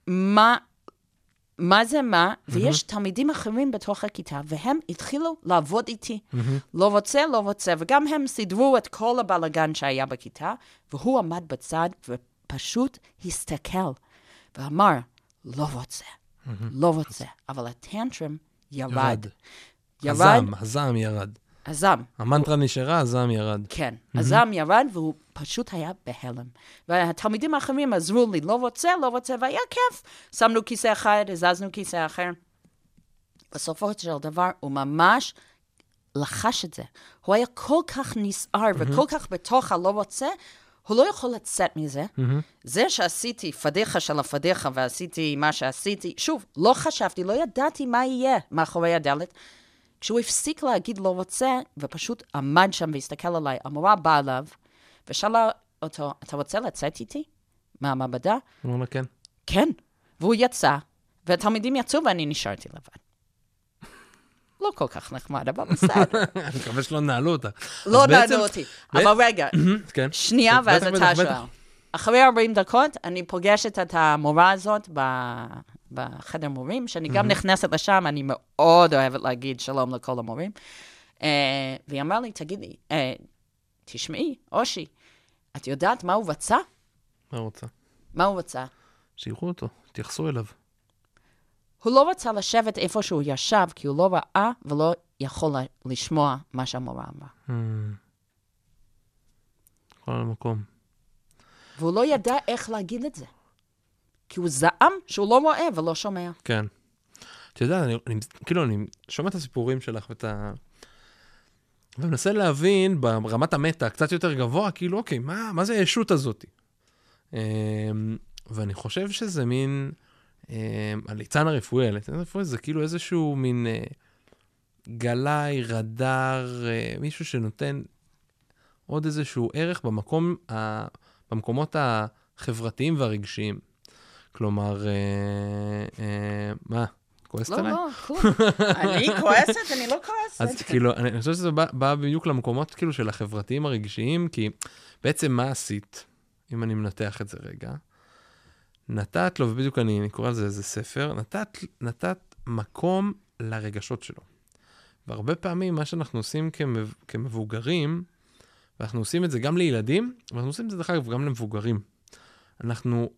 מה זה מה, ויש תלמידים אחרים בתוך הכיתה, והם התחילו לעבוד איתי. לא רוצה, וגם הם סידרו את כל הבלגן שהיה בכיתה, והוא עמד בצד ופשוט הסתכל, ואמר, לא רוצה, אבל הטנטרום ירד.
הזעם ירד.
הזעם.
המנטרה נשארה, הזעם ירד.
כן, הזעם ירד, והוא פשוט היה בהלם. והתלמידים האחרים עזרו לי, לא רוצה, והיה כיף. שמנו כיסא אחד, הזזנו כיסא אחר. בסופו של דבר, הוא ממש לחש את זה. הוא היה כל כך נסער, וכל כך בתוך הלא רוצה, הוא לא יכול לצאת מזה. זה שעשיתי פדיחה של הפדיחה, ועשיתי מה שעשיתי, שוב, לא חשבתי, לא ידעתי מה יהיה מאחורי הדלת. כשהוא הפסיק להגיד לא רוצה, ופשוט עמד שם והסתכל עליי, המורה באה אליו, ושאלה אותו, אתה רוצה לצאת איתי מהמעבדה?
הוא אומר לה, כן.
כן. והוא יצא, והתלמידים יצאו ואני נשארתי לבד. לא כל כך נחמד, אבל בסדר.
אני מקווה שלא נעלו אותה.
לא נעלו אותי. אבל רגע,
כן.
שנייה, ואז אתה שואל. אחרי 40 דקות, אני פוגשת את המורה הזאת בחדר מורים, שאני גם נכנסת לשם, אני מאוד אוהבת להגיד שלום לכל המורים. והיא אמרה לי, תגידי, תשמעי, אושי, את יודעת מה הוא רצה?
מה הוא רוצה?
מה הוא רצה?
שיראו אותו, תייחסו אליו.
הוא לא רצה לשבת איפה שהוא ישב, כי הוא לא ראה ולא יכול לשמוע מה שהמורה אמרה.
כל המקום.
והוא לא ידע איך להגיד את זה. כי הוא זעם שהוא לא רואה ולא שומע.
כן. אתה יודע, אני שומע את הסיפורים שלך ומנסה להבין ברמת המטה קצת יותר גבוה, כאילו, אוקיי, מה זה הישות הזאת? ואני חושב שזה מין, הליצן הרפואי, זה כאילו איזשהו מין גלאי, רדאר, מישהו שנותן עוד איזשהו ערך במקומות החברתיים והרגשיים. כלומר, מה? כועסת עליי?
לא, כלום. אני כועסת, אני לא כועסת.
אז כאילו, אני חושב שזה בא בדיוק למקומות כאילו של החברתיים הרגשיים, כי בעצם מה עשית, אם אני מנתח את זה רגע? נתת לו, ובדיוק אני קורא לזה איזה ספר, נתת מקום לרגשות שלו. והרבה פעמים מה שאנחנו עושים כמבוגרים, ואנחנו עושים את זה גם לילדים, ואנחנו עושים את זה דרך אגב גם למבוגרים. אנחנו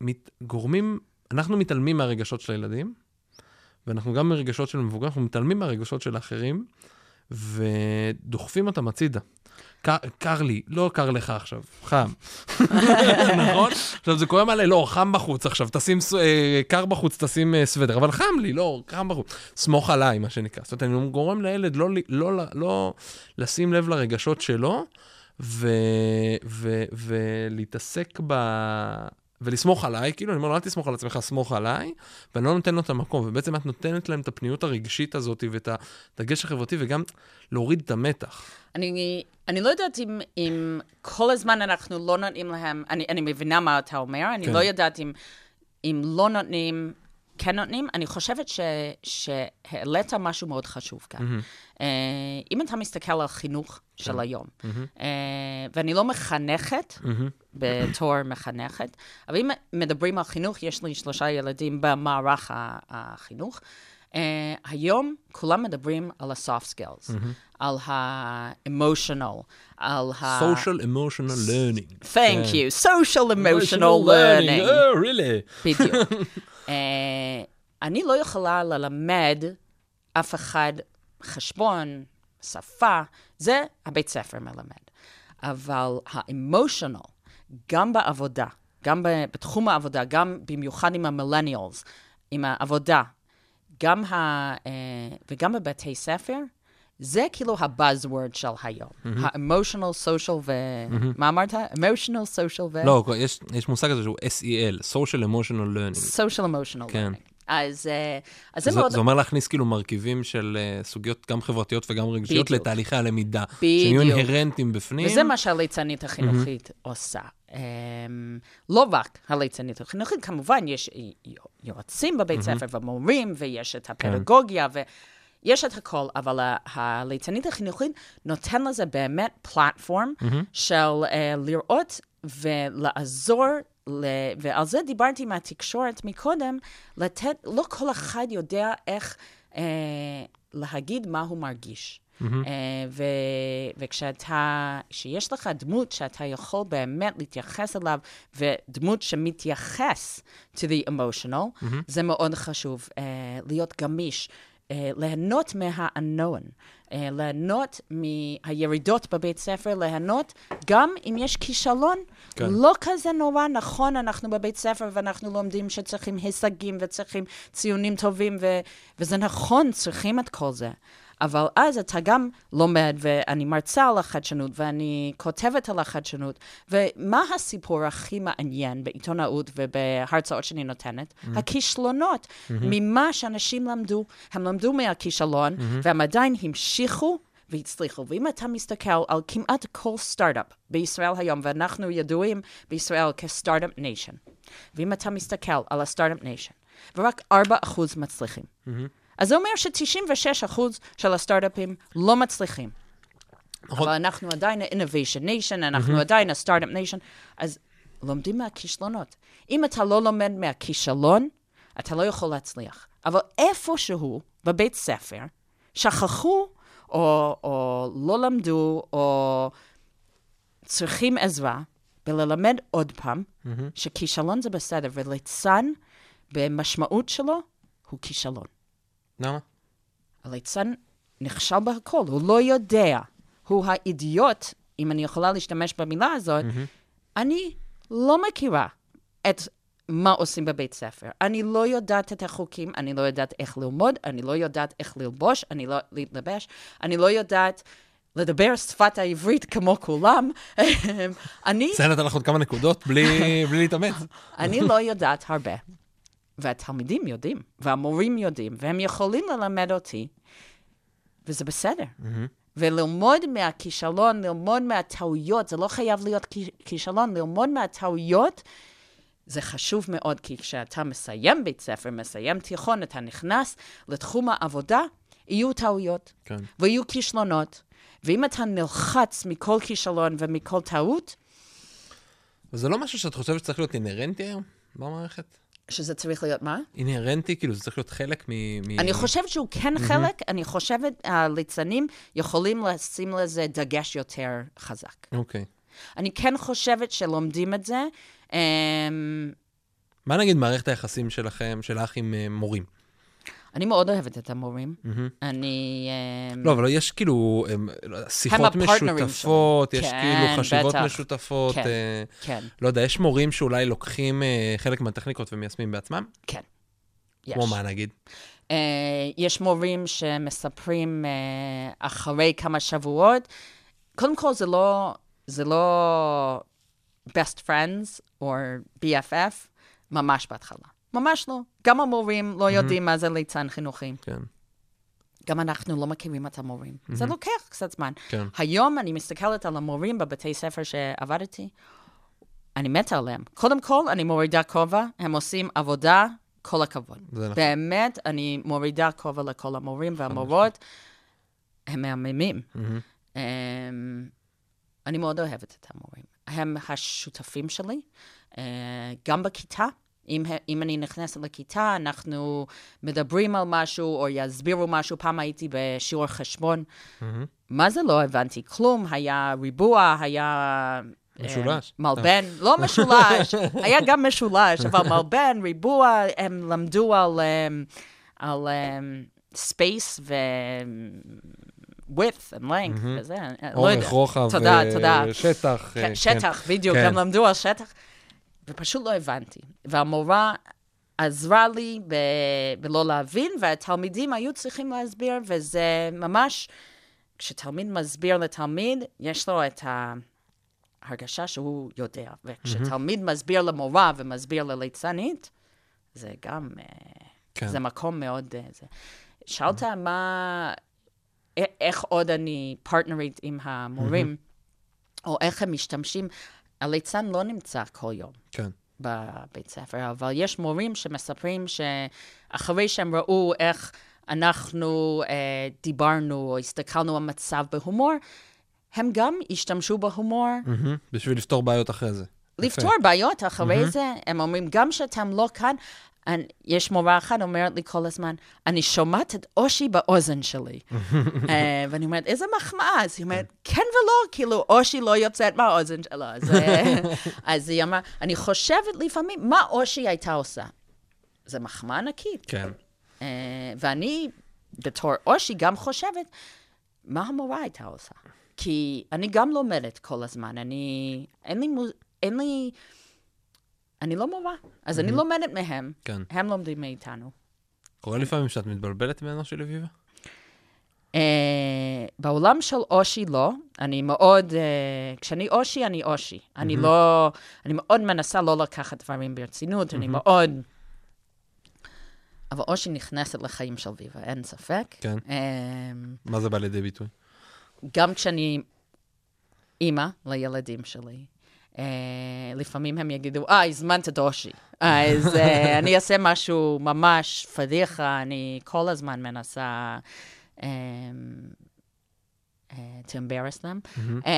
מתעלמים מהרגשות של הילדים, ואנחנו גם מרגשות של מבוגרים, אנחנו מתעלמים מהרגשות של האחרים, ודוחפים אותם הצידה. קר לי, לא קר לך עכשיו, חם. נכון? עכשיו זה קורה מלא, לא, חם בחוץ עכשיו, קר בחוץ, תשים סוודר, אבל חם לי, לא, חם בחוץ. סמוך עליי, מה שנקרא. זאת אומרת, אני גורם לילד לא לשים לב לרגשות שלו, ולהתעסק ולסמוך עליי, כאילו, אני אומר, לא תסמוך על עצמך, סמוך עליי, ואני לא נותן לו את המקום, ובעצם את נותנת להם את הפניות הרגשית הזאת, ואת הדגש החברתי, וגם להוריד את המתח.
אני לא יודעת אם כל הזמן אנחנו לא נותנים להם, אני מבינה מה אתה אומר, אני לא יודעת אם לא נותנים, כן נותנים, אני חושבת שהעלית משהו מאוד חשוב כאן. אם אתה מסתכל על חינוך של היום, ואני לא מחנכת, בתור מחנכת, אבל אם מדברים על חינוך, יש לי 3 ילדים במערך החינוך, היום כולם מדברים על ה-soft skills, על ה-emotional, על
social emotional learning.
Thank you. Social emotional learning.
Oh, really?
בדיוק. אני לא יכולה ללמד אף אחד חשבון, שפה, זה הבית ספר מלמד. אבל ה-emotional, גם בעבודה, גם בתחום העבודה, גם במיוחד עם המילניאלס, עם העבודה, וגם בבתי ספר, זה כאילו ה-buzzword של היום. ה-emotional, social מה אמרת? emotional, social
לא, יש מושג הזה שהוא SEL, social emotional learning.
social emotional learning. אז
זה מאוד... זה אומר להכניס כאילו מרכיבים של סוגיות גם חברתיות וגם רגשיות לתהליכי הלמידה. שיהיו אינהרנטים בפנים.
וזה מה שהליצנית החינוכית עושה. לא רק הליצנית החינוכית, כמובן יש יועצים בבית ספר ומורים, ויש את הפדגוגיה, ויש את הכל, אבל הליצנית החינוכית נותן לזה באמת פלטפורם של לראות ולעזור, ועל זה דיברתי מהתקשורת מקודם, לתת, לא כל אחד יודע איך להגיד מה הוא מרגיש. וכשיש לך דמות שאתה יכול באמת להתייחס אליו, ודמות שמתייחס to the emotional, זה מאוד חשוב, להיות גמיש, ליהנות מה-unknown. ליהנות מהירידות בבית ספר, ליהנות גם אם יש כישלון, לא כזה נורא. נכון, אנחנו בבית ספר ואנחנו לומדים שצריכים הישגים וצריכים ציונים טובים, וזה נכון, צריכים את כל זה. אבל אז אתה גם לומד, ואני מרצה על החדשנות, ואני כותבת על החדשנות, ומה הסיפור הכי מעניין בעיתונאות ובהרצאות שאני נותנת? הכישלונות, ממה שאנשים למדו, הם למדו מהכישלון, והם עדיין המשיכו והצליחו. ואם אתה מסתכל על כמעט כל סטארט-אפ בישראל היום, ואנחנו ידועים בישראל כסטארט-אפ ניישן, ואם אתה מסתכל על הסטארט-אפ ניישן, ורק 4% מצליחים, אז זה אומר ש96% של הסטארט-אפים לא מצליחים. אבל אנחנו עדיין ה-Innovation Nation, אנחנו עדיין ה-Startup Nation, אז לומדים מהכישלונות. אם אתה לא לומד מהכישלון, אתה לא יכול להצליח. אבל איפשהו בבית ספר, שכחו או לא למדו, או צריכים עזרה, וללמד עוד פעם, שכישלון זה בסדר, וליצן במשמעות שלו הוא כישלון.
למה?
הליצן נכשל בהכל, הוא לא יודע. הוא האידיוט, אם אני יכולה להשתמש במילה הזאת, אני לא מכירה את מה עושים בבית ספר. אני לא יודעת את החוקים, אני לא יודעת איך ללמוד, אני לא יודעת איך ללבוש, אני לא להתלבש, אני לא יודעת לדבר שפת העברית כמו כולם.
זה נתן לך עוד כמה נקודות בלי להתאמץ.
אני לא יודעת הרבה. והתלמידים יודעים, והמורים יודעים, והם יכולים ללמד אותי, וזה בסדר. וללמוד מהכישלון, ללמוד מהטעויות, זה לא חייב להיות כישלון, ללמוד מהטעויות, זה חשוב מאוד, כי כשאתה מסיים בית ספר, מסיים תיכון, אתה נכנס לתחום העבודה, יהיו טעויות, ויהיו כישלונות, ואם אתה נלחץ מכל כישלון ומכל טעות,
וזה לא משהו שאת חושבת שצריך להיות אינרנטי היום במערכת?
שזה צריך להיות מה?
אינרנטי, כאילו זה צריך להיות חלק
אני חושבת שהוא כן חלק, אני חושבת הליצנים יכולים לשים לזה דגש יותר חזק.
אוקיי.
אני כן חושבת שלומדים את זה.
מה נגיד מערכת היחסים שלך עם מורים?
אני מאוד אוהבת את המורים.
לא, אבל יש כאילו שיחות משותפות, יש כאילו חשיבות משותפות.
כן.
לא יודע, יש מורים שאולי לוקחים חלק מהטכניקות ומיישמים בעצמם?
כן.
כמו מה נגיד?
יש מורים שמספרים אחרי כמה שבועות. קודם כל זה לא best friends or BFF, ממש בהתחלה. ממש לא. גם המורים לא יודעים מה זה ליצן חינוכי.
כן.
גם אנחנו לא מכירים את המורים. זה לוקח קצת זמן.
כן.
היום אני מסתכלת על המורים בבתי ספר שעבדתי, אני מתה עליהם. קודם כל, אני מורידה כובע, הם עושים עבודה, כל הכבוד. באמת, אני מורידה כובע לכל המורים והמורות, הם מהממים. אני מאוד אוהבת את המורים. הם השותפים שלי, גם בכיתה. אם אני נכנסת לכיתה, אנחנו מדברים על משהו, או יסבירו משהו. פעם הייתי בשיעור חשבון. מה זה לא הבנתי? כלום. היה ריבוע, היה
משולש.
מלבן, לא משולש, היה גם משולש, אבל מלבן, ריבוע, הם למדו על space width and length, וזה,
אורך, רוחב, שטח.
שטח, בדיוק, הם למדו על שטח. ופשוט לא הבנתי. והמורה עזרה לי בלא להבין, והתלמידים היו צריכים להסביר, וזה ממש, כשתלמיד מסביר לתלמיד, יש לו את ההרגשה שהוא יודע. וכשתלמיד מסביר למורה ומסביר לליצנית, זה גם, זה מקום מאוד, שאלת איך עוד אני פרטנרית עם המורים, או איך הם משתמשים, הליצן לא נמצא כל יום בבית ספר, אבל יש מורים שמספרים שאחרי שהם ראו איך אנחנו דיברנו או הסתכלנו על מצב בהומור, הם גם השתמשו בהומור.
בשביל לפתור בעיות אחרי זה.
לפתור בעיות אחרי זה, הם אומרים, גם שאתם לא כאן, יש מורה אחת אומרת לי כל הזמן, אני שומעת את אושי באוזן שלי. ואני אומרת, איזה מחמאה? אז היא אומרת, כן ולא, כאילו, אושי לא יוצאת מהאוזן שלה. אז היא אמרה, אני חושבת לפעמים, מה אושי הייתה עושה? זה מחמאה ענקית.
כן.
ואני, בתור אושי, גם חושבת, מה המורה הייתה עושה? כי אני גם לומדת כל הזמן, אני לא מורה, אז אני לומדת מהם,
כן.
הם לומדים מאיתנו.
קורה לפעמים שאת מתבלבלת ממנו של אביבה?
בעולם של אושי לא, אני מאוד, כשאני אושי, אני אושי. אני מאוד מנסה לא לקחת דברים ברצינות, אני מאוד... אבל אושי נכנסת לחיים של ויבה, אין ספק.
כן. מה זה בא לידי ביטוי?
גם כשאני אימא לילדים שלי, לפעמים הם יגידו, הזמנת את אושי. אז אני אעשה משהו ממש פדיחה, אני כל הזמן מנסה to embarrass them.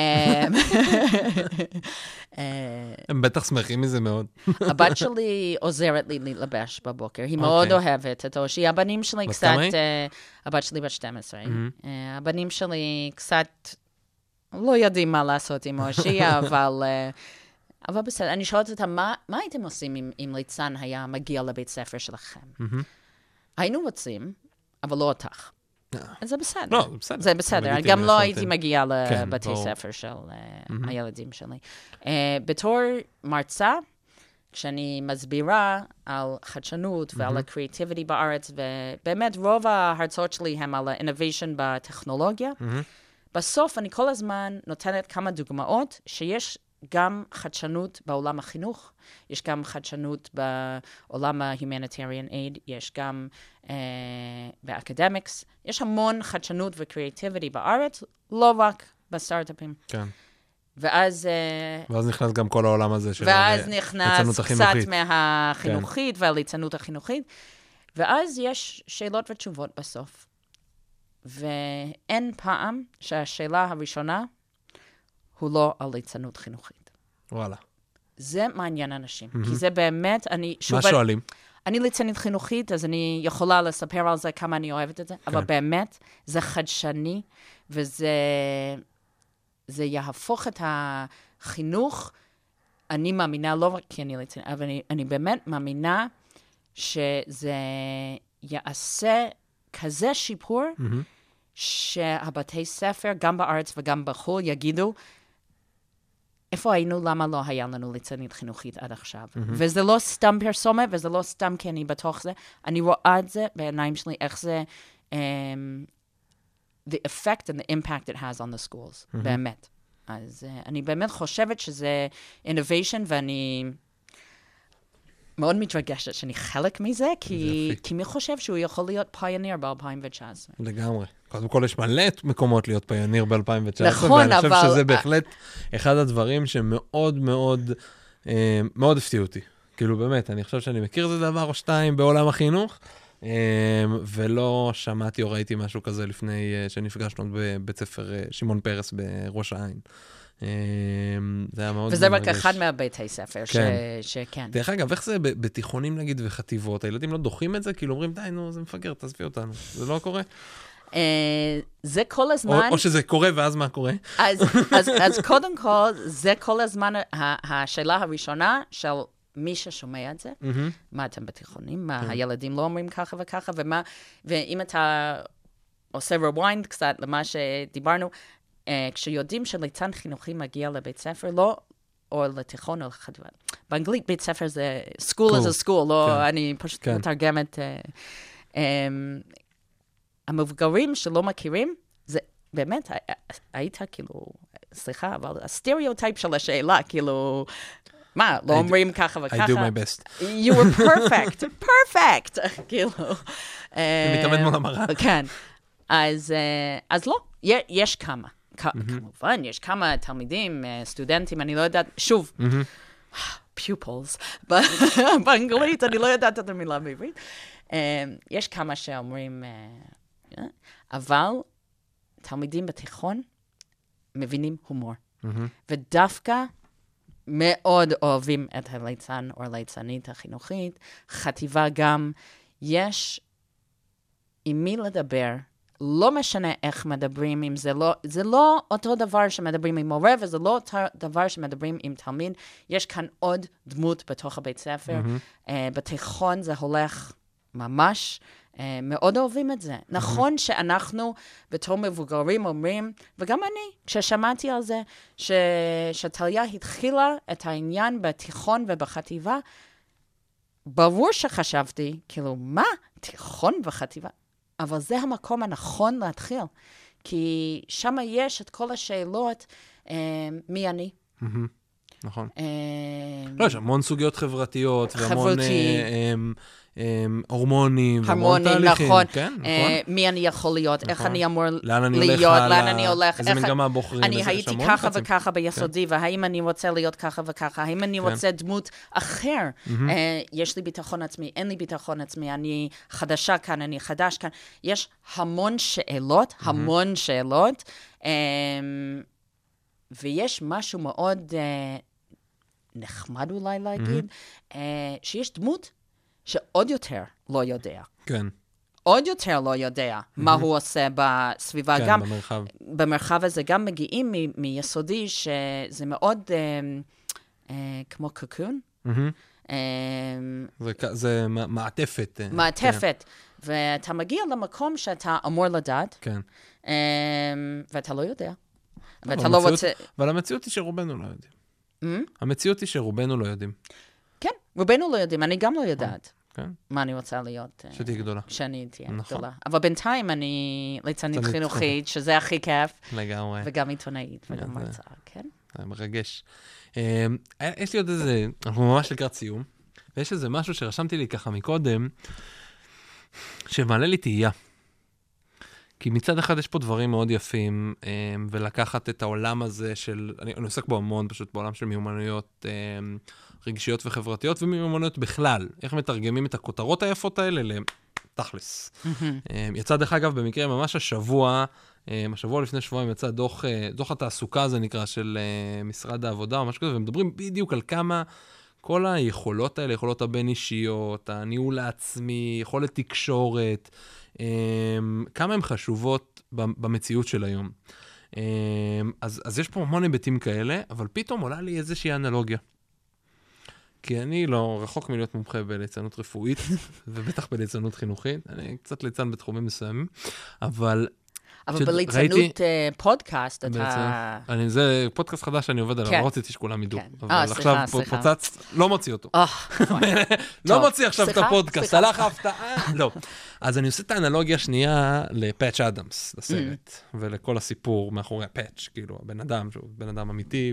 הם בטח שמחים מזה מאוד.
הבת שלי עוזרת לי להתלבש בבוקר, היא מאוד אוהבת את אושי. הבנים שלי קצת... הבת שלי בת 12. הבנים שלי קצת לא יודעים מה לעשות עם אושי, אבל בסדר. אני שואלת אותם, מה הייתם עושים אם ליצן היה מגיע לבית ספר שלכם? היינו רוצים, אבל לא אותך. אז זה בסדר.
לא, בסדר.
זה בסדר. גם לא הייתי מגיעה לבתי ספר של הילדים שלי. בתור מרצה, כשאני מסבירה על חדשנות ועל הקריאטיביטי בארץ, ובאמת רוב ההרצאות שלי הם על ה-innovation בטכנולוגיה, בסוף אני כל הזמן נותנת כמה דוגמאות שיש גם חדשנות בעולם החינוך, יש גם חדשנות בעולם ה-humanitarian aid, יש גם באקדמיקס, יש המון חדשנות וקריאטיביטי בארץ, לא רק בסטארט-אפים.
כן.
ואז
נכנס גם כל העולם הזה של
ואז נכנס קצת מהחינוכית והליצנות החינוכית, ואז יש שאלות ותשובות בסוף. ואין פעם שהשאלה הראשונה הוא לא על ליצנות חינוכית.
וואלה.
זה מעניין אנשים, כי זה באמת,
מה שואלים?
אני ליצנית חינוכית, אז אני יכולה לספר על זה כמה אני אוהבת את זה, אבל באמת, זה חדשני, וזה יהפוך את החינוך, אני מאמינה, לא רק כי אני ליצנית, אבל אני באמת מאמינה שזה יעשה כזה שיפור, שהבתי ספר, גם בארץ וגם בחו"ל, יגידו, איפה היינו, למה לא היה לנו ליצנית חינוכית עד עכשיו? וזה לא סתם פרסומת, וזה לא סתם כי אני בתוך זה. אני רואה את זה בעיניים שלי, איך זה, the effect and the impact it has on the schools, באמת. אז אני באמת חושבת שזה innovation, ואני מאוד מתרגשת שאני חלק מזה, כי מי חושב שהוא יכול להיות פיוניר ב-2019?
לגמרי. קודם כל יש מלא מקומות להיות פיוניר ב-2019,
נכון,
ואני חושב שזה בהחלט אחד הדברים שמאוד מאוד, מאוד הפתיעו אותי. כאילו באמת, אני חושב שאני מכיר איזה דבר או שתיים בעולם החינוך, ולא שמעתי או ראיתי משהו כזה לפני שנפגשנו בבית ספר שמעון פרס בראש העין. זה היה מאוד...
וזה רק אחד מהביתי ספר שכן.
דרך אגב, איך זה בתיכונים נגיד וחטיבות? הילדים לא דוחים את זה? כאילו אומרים, די, נו, זה מפגר, תעזבי אותנו. זה לא קורה?
זה כל הזמן...
או שזה קורה, ואז מה קורה?
אז קודם כל, זה כל הזמן השאלה הראשונה של מי ששומע את זה. מה אתם בתיכונים? מה הילדים לא אומרים ככה וככה? ואם אתה עושה rewind קצת למה שדיברנו, כשיודעים שליצן חינוכי מגיע לבית ספר, לא, או לתיכון או לחטיבה. באנגלית בית ספר זה school is a school, לא, אני פשוט מתרגמת. המבוגרים שלא מכירים, זה באמת, היית כאילו, סליחה, אבל הסטריאוטייפ של השאלה, כאילו, מה, לא אומרים ככה וככה?
I do my best.
You were perfect, perfect, כאילו.
אני מתאמן מול המראה.
כן, אז לא, יש כמה. כמובן, יש כמה תלמידים, סטודנטים, אני לא יודעת, שוב, pupils, באנגלית, אני לא יודעת את המילה בעברית. יש כמה שאומרים, אבל תלמידים בתיכון מבינים הומור. ודווקא מאוד אוהבים את הליצן או הליצנית החינוכית. חטיבה גם, יש עם מי לדבר, לא משנה איך מדברים, אם זה לא אותו דבר שמדברים עם מורה, וזה לא אותו דבר שמדברים עם תלמיד. יש כאן עוד דמות בתוך הבית ספר. בתיכון זה הולך ממש מאוד אוהבים את זה. נכון שאנחנו בתור מבוגרים אומרים, וגם אני, כששמעתי על זה, שטליה התחילה את העניין בתיכון ובחטיבה, ברור שחשבתי, כאילו, מה? תיכון וחטיבה? אבל זה המקום הנכון להתחיל, כי שם יש את כל השאלות, מי אני?
נכון. לא, יש המון סוגיות חברתיות, והמון הורמונים, והמון תהליכים.
נכון.
כן, נכון.
מי אני יכול להיות, איך אני אמור
לאן אני
להיות,
הולך הלאה,
לאן אני הולך.
איזה מגמה בוחרים.
אני הייתי ככה וככה ביסודי, והאם אני רוצה להיות ככה וככה, האם אני רוצה דמות אחר. יש לי ביטחון עצמי, אין לי ביטחון עצמי, אני חדשה כאן, אני חדש כאן. יש המון שאלות, המון שאלות, ויש משהו מאוד נחמד אולי להגיד, שיש דמות שעוד יותר לא יודע.
כן.
עוד יותר לא יודע מה הוא עושה בסביבה.
כן,
גם
במרחב.
במרחב הזה גם מגיעים מיסודי, שזה מאוד כמו קוקון.
זה מעטפת.
מעטפת. ואתה מגיע למקום שאתה אמור לדעת,
כן.
ואתה לא יודע. ואתה לא רוצה...
אבל המציאות היא שרובנו לא יודעים. המציאות היא שרובנו לא יודעים.
כן, רובנו לא יודעים, אני גם לא יודעת.
כן.
מה אני רוצה להיות.
שתהיה גדולה.
שאני תהיה
נכון.
גדולה. אבל בינתיים אני ליצנית חינוכית, שזה הכי כיף.
לגמרי.
וגם עיתונאית וגם מרצאה, כן?
זה מרגש. יש לי עוד איזה, אנחנו ממש לקראת סיום, ויש איזה משהו שרשמתי לי ככה מקודם, שמעלה לי תהייה. כי מצד אחד יש פה דברים מאוד יפים, ולקחת את העולם הזה של, אני עוסק בו המון פשוט בעולם של מיומנויות רגשיות וחברתיות, ומיומנויות בכלל. איך מתרגמים את הכותרות היפות האלה לתכלס. יצא דרך אגב במקרה ממש השבוע לפני שבועיים יצא דוח התעסוקה הזה נקרא של משרד העבודה או משהו כזה, ומדברים בדיוק על כמה כל היכולות האלה, יכולות הבין-אישיות, הניהול העצמי, יכולת תקשורת, כמה הן חשובות במציאות של היום. אז יש פה המון היבטים כאלה, אבל פתאום עולה לי איזושהי אנלוגיה. כי אני לא רחוק מלהיות מומחה בליצנות רפואית, ובטח בליצנות חינוכית. אני קצת ליצן בתחומים מסוימים, אבל
בליצנות פודקאסט, אתה...
זה פודקאסט חדש שאני עובד עליו, לא רציתי שכולם ידעו. אבל עכשיו פוצץ, לא מוציא אותו. לא מוציא עכשיו את הפודקאסט, הלך ההפתעה. לא. אז אני עושה את האנלוגיה השנייה לפאץ' אדמס, לסרט, ולכל הסיפור מאחורי הפאץ', כאילו, הבן אדם, שהוא בן אדם אמיתי,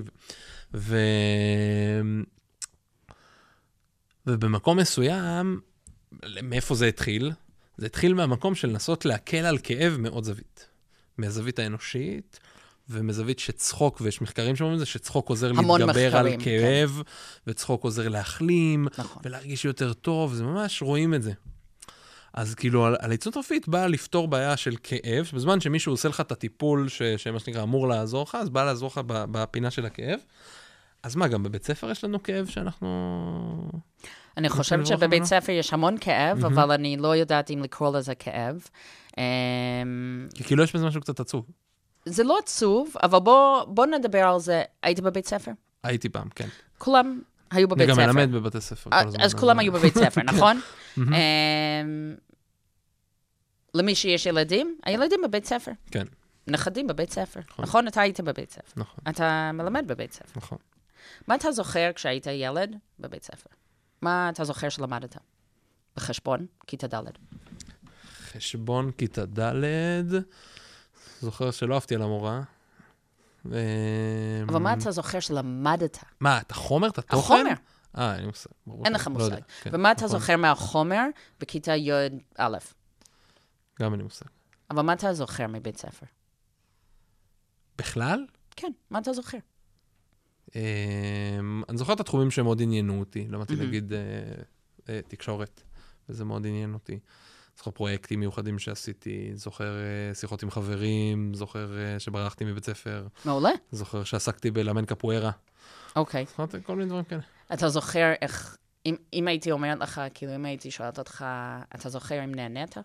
ובמקום מסוים, מאיפה זה התחיל? זה התחיל מהמקום של לנסות להקל על כאב מאוד זווית. מהזווית האנושית, ומזווית שצחוק, ויש מחקרים שאומרים זה, שצחוק עוזר להתגבר על כאב, וצחוק עוזר להחלים, ולהרגיש יותר טוב, זה ממש רואים את זה. אז כאילו, הליצנות רפואית באה לפתור בעיה של כאב, בזמן שמישהו עושה לך את הטיפול, שמה שנקרא אמור לעזור לך, אז בא לעזור לך בפינה של הכאב. אז מה, גם בבית ספר יש לנו כאב שאנחנו...
אני חושבת שבבית ספר יש המון כאב, אבל אני לא יודעת אם לקרוא לזה כאב.
כי כאילו יש בזה משהו קצת עצוב.
זה לא עצוב, אבל בוא נדבר על זה. היית בבית ספר?
הייתי פעם, כן.
כולם היו בבית ספר.
אני גם מלמד בבתי ספר.
אז כולם היו בבית ספר, נכון? למי שיש ילדים, הילדים בבית ספר.
כן.
נכדים בבית ספר. נכון, אתה היית בבית ספר.
נכון.
אתה מלמד בבית ספר.
נכון.
מה אתה זוכר כשהיית ילד בבית ספר? מה אתה זוכר שלמדת? בחשבון, כיתה ד'.
חשבון, כיתה ד'. זוכר שלא אהבתי על המורה.
אבל מה אתה זוכר שלמדת?
מה, את החומר, את התוכן?
החומר.
אין לי מושג.
אין לך מושג. ומה אתה זוכר מהחומר בכיתה י' א'?
גם אין לי מושג.
אבל מה אתה זוכר מבית ספר?
בכלל?
כן, מה אתה זוכר?
אני זוכר את התחומים שמאוד עניינו אותי, למדתי להגיד תקשורת, וזה מאוד עניין אותי. זוכר פרויקטים מיוחדים שעשיתי, זוכר שיחות עם חברים, זוכר שברחתי מבית ספר.
מעולה.
זוכר שעסקתי בלאמן קפוארה.
אוקיי.
זוכרתי כל מיני דברים כאלה.
אתה זוכר איך, אם הייתי אומרת לך, כאילו אם הייתי שואלת אותך, אתה זוכר אם נהנית?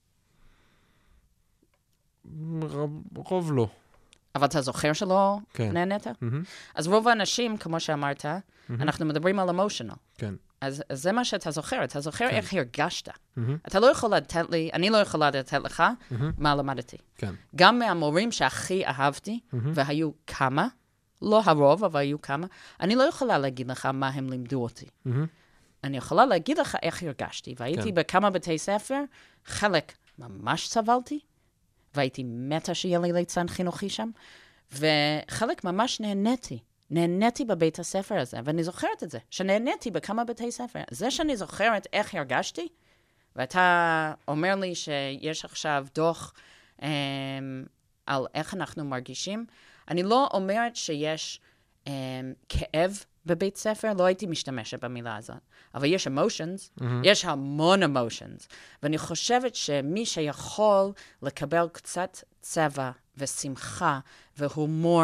רוב לא.
אבל אתה זוכר שלא נהנית? אז רוב האנשים, כמו שאמרת, אנחנו מדברים על אמושיונל.
כן.
אז זה מה שאתה זוכר, אתה זוכר איך הרגשת. אתה לא יכול לתת לי, אני לא יכולה לתת לך מה למדתי.
כן.
גם מהמורים שהכי אהבתי, והיו כמה, לא הרוב, אבל היו כמה, אני לא יכולה להגיד לך מה הם לימדו אותי. אני יכולה להגיד לך איך הרגשתי, והייתי בכמה בתי ספר, חלק ממש סבלתי, והייתי מתה שיהיה לי ליצן חינוכי שם, וחלק ממש נהניתי בבית הספר הזה, ואני זוכרת את זה, שנהניתי בכמה בתי ספר. זה שאני זוכרת איך הרגשתי, ואתה אומר לי שיש עכשיו דוח על איך אנחנו מרגישים, אני לא אומרת שיש כאב בבית ספר, לא הייתי משתמשת במילה הזאת, אבל יש emotions, יש המון emotions, ואני חושבת שמי שיכול לקבל קצת צבע ושמחה והומור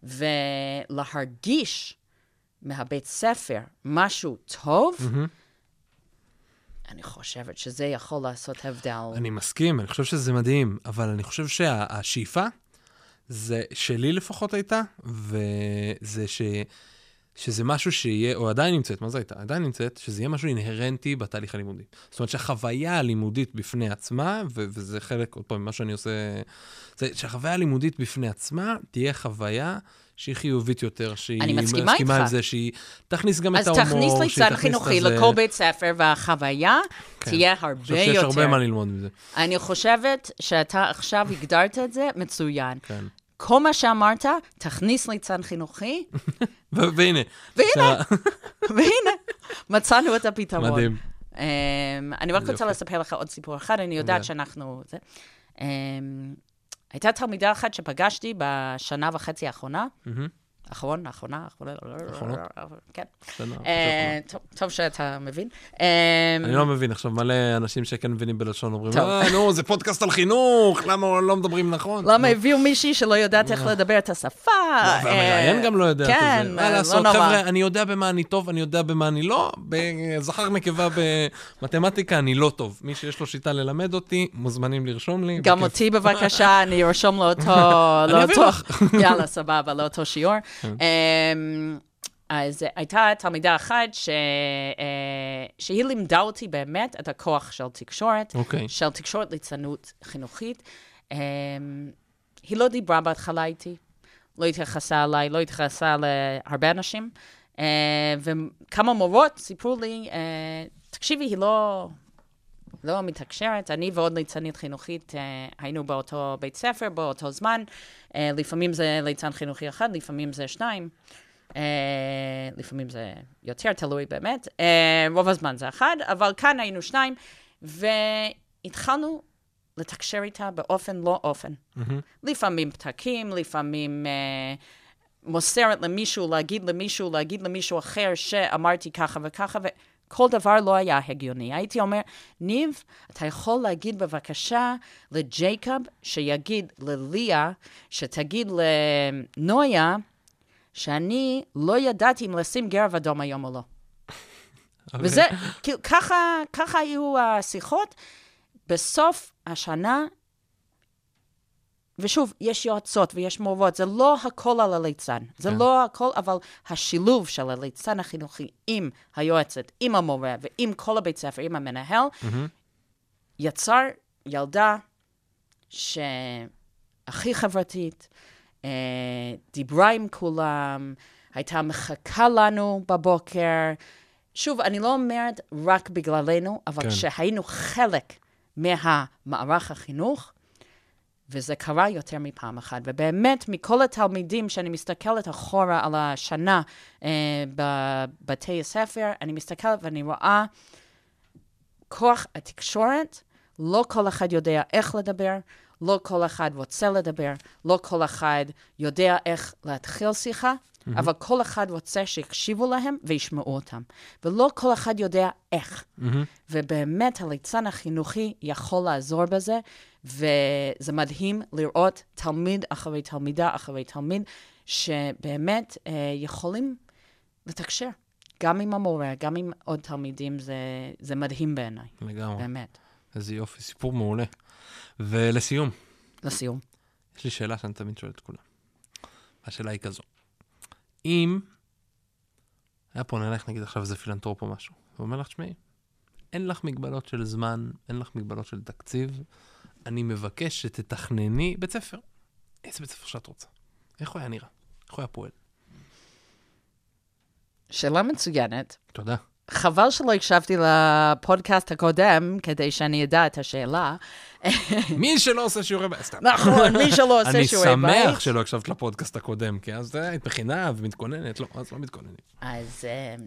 ולהרגיש מהבית ספר משהו טוב, אני חושבת שזה יכול לעשות הבדל.
אני מסכים, אני חושב שזה מדהים, אבל אני חושב שהשאיפה, זה שלי לפחות הייתה, וזה שזה משהו שיהיה, או עדיין נמצאת, מה זה הייתה? עדיין נמצאת, שזה יהיה משהו אינהרנטי בתהליך הלימודי. זאת אומרת שהחוויה הלימודית בפני עצמה, וזה חלק, עוד פעם, מה שאני עושה, זה שהחוויה הלימודית בפני עצמה, תהיה חוויה שהיא חיובית יותר, שהיא מסכימה עם זה, שהיא תכניס גם את ההומור,
אז תכניס ליצן חינוכי לכל בית ספר, והחוויה תהיה הרבה יותר.
אני חושב שיש הרבה מה ללמוד מזה.
אני חושבת שאתה עכשיו הגדרת את זה מצוין. כן. כל מה שאמרת, תכניס ליצן חינוכי.
והנה.
מצאנו את הפתרון.
מדהים.
אני רק רוצה לספר לך עוד סיפור אחד, אני יודעת שאנחנו... הייתה תלמידה אחת שפגשתי בשנה וחצי האחרונה. האחרונה, כן. טוב שאתה מבין.
אני לא מבין, עכשיו מלא אנשים שכן מבינים בלשון אומרים, נו, זה פודקאסט על חינוך, למה לא מדברים נכון?
למה הביאו מישהי שלא יודעת איך לדבר את השפה?
והמראיין גם לא יודע את זה.
כן,
מה לעשות, חבר'ה, אני יודע במה אני טוב, אני יודע במה אני לא, בזכר נקבה במתמטיקה אני לא טוב. מי שיש לו שיטה ללמד אותי, מוזמנים לרשום לי.
גם אותי בבקשה, אני ארשום לאותו...
אני אביא לך.
יאללה, סבבה, לאותו שיעור. אז הייתה תלמידה אחת שהיא לימדה אותי באמת את הכוח של תקשורת, של תקשורת ליצנות חינוכית. היא לא דיברה בהתחלה איתי, לא התייחסה עליי, לא התייחסה להרבה אנשים, וכמה מורות סיפרו לי, תקשיבי, היא לא מתקשרת, אני ועוד ליצנית חינוכית היינו באותו בית ספר, באותו זמן, לפעמים זה ליצן חינוכי אחד, לפעמים זה שניים, לפעמים זה יותר תלוי באמת, רוב הזמן זה אחד, אבל כאן היינו שניים, והתחלנו לתקשר איתה באופן לא אופן. לפעמים פתקים, לפעמים מוסרת למישהו, להגיד למישהו אחר שאמרתי ככה וככה, כל דבר לא היה הגיוני. הייתי אומר, ניב, אתה יכול להגיד בבקשה לג'ייקוב, שיגיד לליה, שתגיד לנויה, שאני לא ידעתי אם לשים גרב אדום היום או לא. וזה, כאילו, ככה היו השיחות. בסוף השנה, ושוב, יש יועצות ויש מורות, זה לא הכל על הליצן, זה לא הכל, אבל השילוב של הליצן החינוכי עם היועצת, עם המורה ועם כל הבית ספר, עם המנהל, יצר ילדה שהכי חברתית, דיברה עם כולם, הייתה מחכה לנו בבוקר. שוב, אני לא אומרת רק בגללנו, אבל כשהיינו חלק מהמערך החינוך, וזה קרה יותר מפעם אחת. ובאמת, מכל התלמידים שאני מסתכלת אחורה על השנה בבתי הספר, אני מסתכלת ואני רואה כוח התקשורת, לא כל אחד יודע איך לדבר, לא כל אחד רוצה לדבר, לא כל אחד יודע איך להתחיל שיחה, אבל כל אחד רוצה שיקשיבו להם וישמעו אותם. ולא כל אחד יודע איך. ובאמת, הליצן החינוכי יכול לעזור בזה, וזה מדהים לראות תלמיד אחרי תלמידה אחרי תלמיד, שבאמת יכולים לתקשר. גם עם המורה, גם עם עוד תלמידים, זה מדהים בעיניי.
לגמרי.
באמת.
איזה יופי, סיפור מעולה. ולסיום.
לסיום.
יש לי שאלה שאני תמיד שואל את כולם. השאלה היא כזו. אם היה פה נלך, נגיד עכשיו איזה פילנטרופ או משהו, ואומר לך, שמי, אין לך מגבלות של זמן, אין לך מגבלות של תקציב, אני מבקש שתתכנני בית ספר. איזה בית ספר שאת רוצה? איך הוא היה נראה? איך הוא היה פועל?
שאלה מצוינת.
תודה.
חבל שלא הקשבתי לפודקאסט הקודם, כדי שאני אדע את השאלה.
מי שלא עושה שיעורי בית, סתם.
נכון, מי שלא עושה שיעורי בית.
אני שמח שלא הקשבת לפודקאסט הקודם, כי אז היית מכינה ומתכוננת, לא, אז לא מתכוננים.
אז...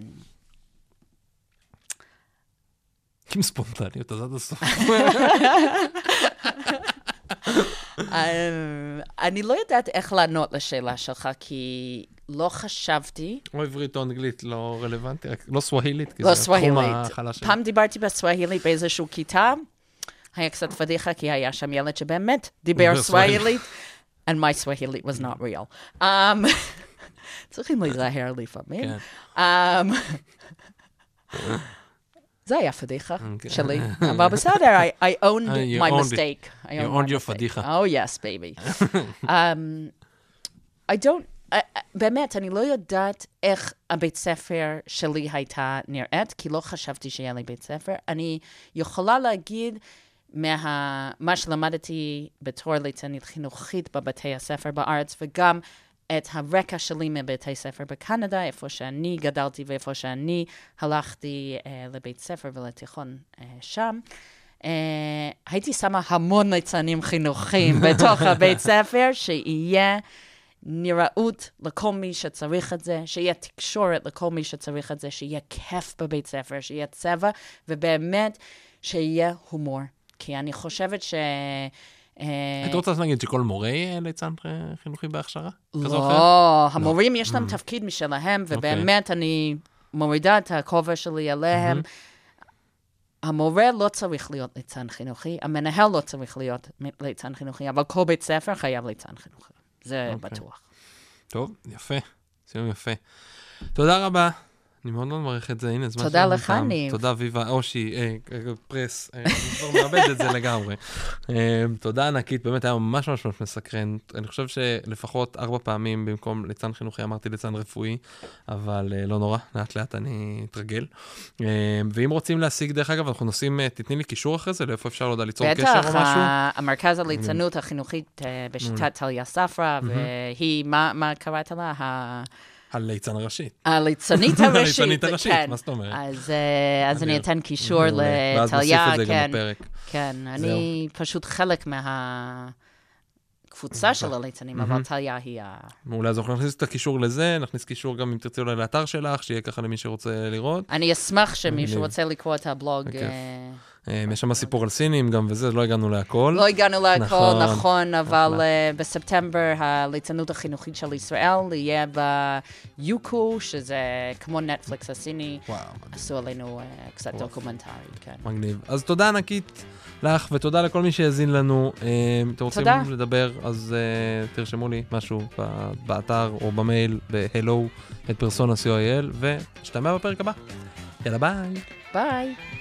עם ספונטניות, אז עד הסוף.
אני לא יודעת איך לענות לשאלה שלך, כי לא חשבתי...
או עברית או אנגלית לא רלוונטי, לא סווהילית, כי
לא
זה התחום החלש
סווהילית.
שלי.
פעם דיברתי בסווהילית באיזשהו כיתה, היה קצת פדיחה, כי היה שם ילד שבאמת דיבר סווהילית, and my Swahili was not real. צריכים להיזהר לפעמים. זה היה פדיחה שלי, אבל בסדר, I owned my mistake.
You owned your פדיחה.
Oh yes, baby. I don't, באמת, אני לא יודעת איך הבית ספר שלי הייתה נראית, כי לא חשבתי שיהיה לי בית ספר. אני יכולה להגיד מה שלמדתי בתור ליצנית חינוכית בבתי הספר בארץ, וגם את הרקע שלי מבתי ספר בקנדה, איפה שאני גדלתי ואיפה שאני הלכתי לבית ספר ולתיכון שם. הייתי שמה המון ליצנים חינוכיים בתוך הבית ספר, שיהיה נראות לכל מי שצריך את זה, שיהיה תקשורת לכל מי שצריך את זה, שיהיה כיף בבית ספר, שיהיה צבע, ובאמת שיהיה הומור. כי אני חושבת
את רוצה להגיד שכל מורה יהיה ליצן חינוכי בהכשרה?
לא, המורים יש להם תפקיד משלהם, ובאמת אני מורידה את הכובע שלי עליהם. המורה לא צריך להיות ליצן חינוכי, המנהל לא צריך להיות ליצן חינוכי, אבל כל בית ספר חייב ליצן חינוכי. זה בטוח.
טוב, יפה. סיום יפה. תודה רבה. אני מאוד מאוד מעריך את זה. הנה, זמן
תודה לך, ניב.
תודה, ויבה, אושי, פרס. אני כבר מאבד את זה לגמרי. תודה ענקית, באמת היה ממש ממש מסקרן. אני חושב שלפחות 4 פעמים במקום ליצן חינוכי אמרתי ליצן רפואי, אבל לא נורא, לאט לאט אני אתרגל. ואם רוצים להשיג, דרך אגב, אנחנו נוסעים, תתני לי קישור אחרי זה, לאיפה אפשר לא ליצור קשר או משהו?
בטח, המרכז הליצנות החינוכית בשיטת טליה ספרא, והיא, מה קראת לה?
הליצן הראשית.
הליצנית הראשית.
הליצנית הראשית, מה זאת אומרת?
אז אני אתן קישור לטליה.
ואז נוסיף את זה גם בפרק.
כן, אני פשוט חלק מהקבוצה של הליצנים, אבל טליה היא
מעולה, אז אנחנו נכניס את הקישור לזה, נכניס קישור גם אם תרצי אולי לאתר שלך, שיהיה ככה למי שרוצה לראות.
אני אשמח שמישהו רוצה לקרוא את הבלוג.
יש שם סיפור על סינים גם וזה, לא הגענו להכל.
לא הגענו להכל, נכון, אבל בספטמבר הליצנות החינוכית של ישראל יהיה ביוקו, שזה כמו נטפליקס הסיני, עשו עלינו קצת דוקומנטרי, כן.
מגניב. אז תודה ענקית לך, ותודה לכל מי שהאזין לנו. אם אתם רוצים לדבר, אז תרשמו לי משהו באתר או במייל, ב-hello@persona.co.il, ושתמע בפרק הבא. יאללה, ביי.
ביי.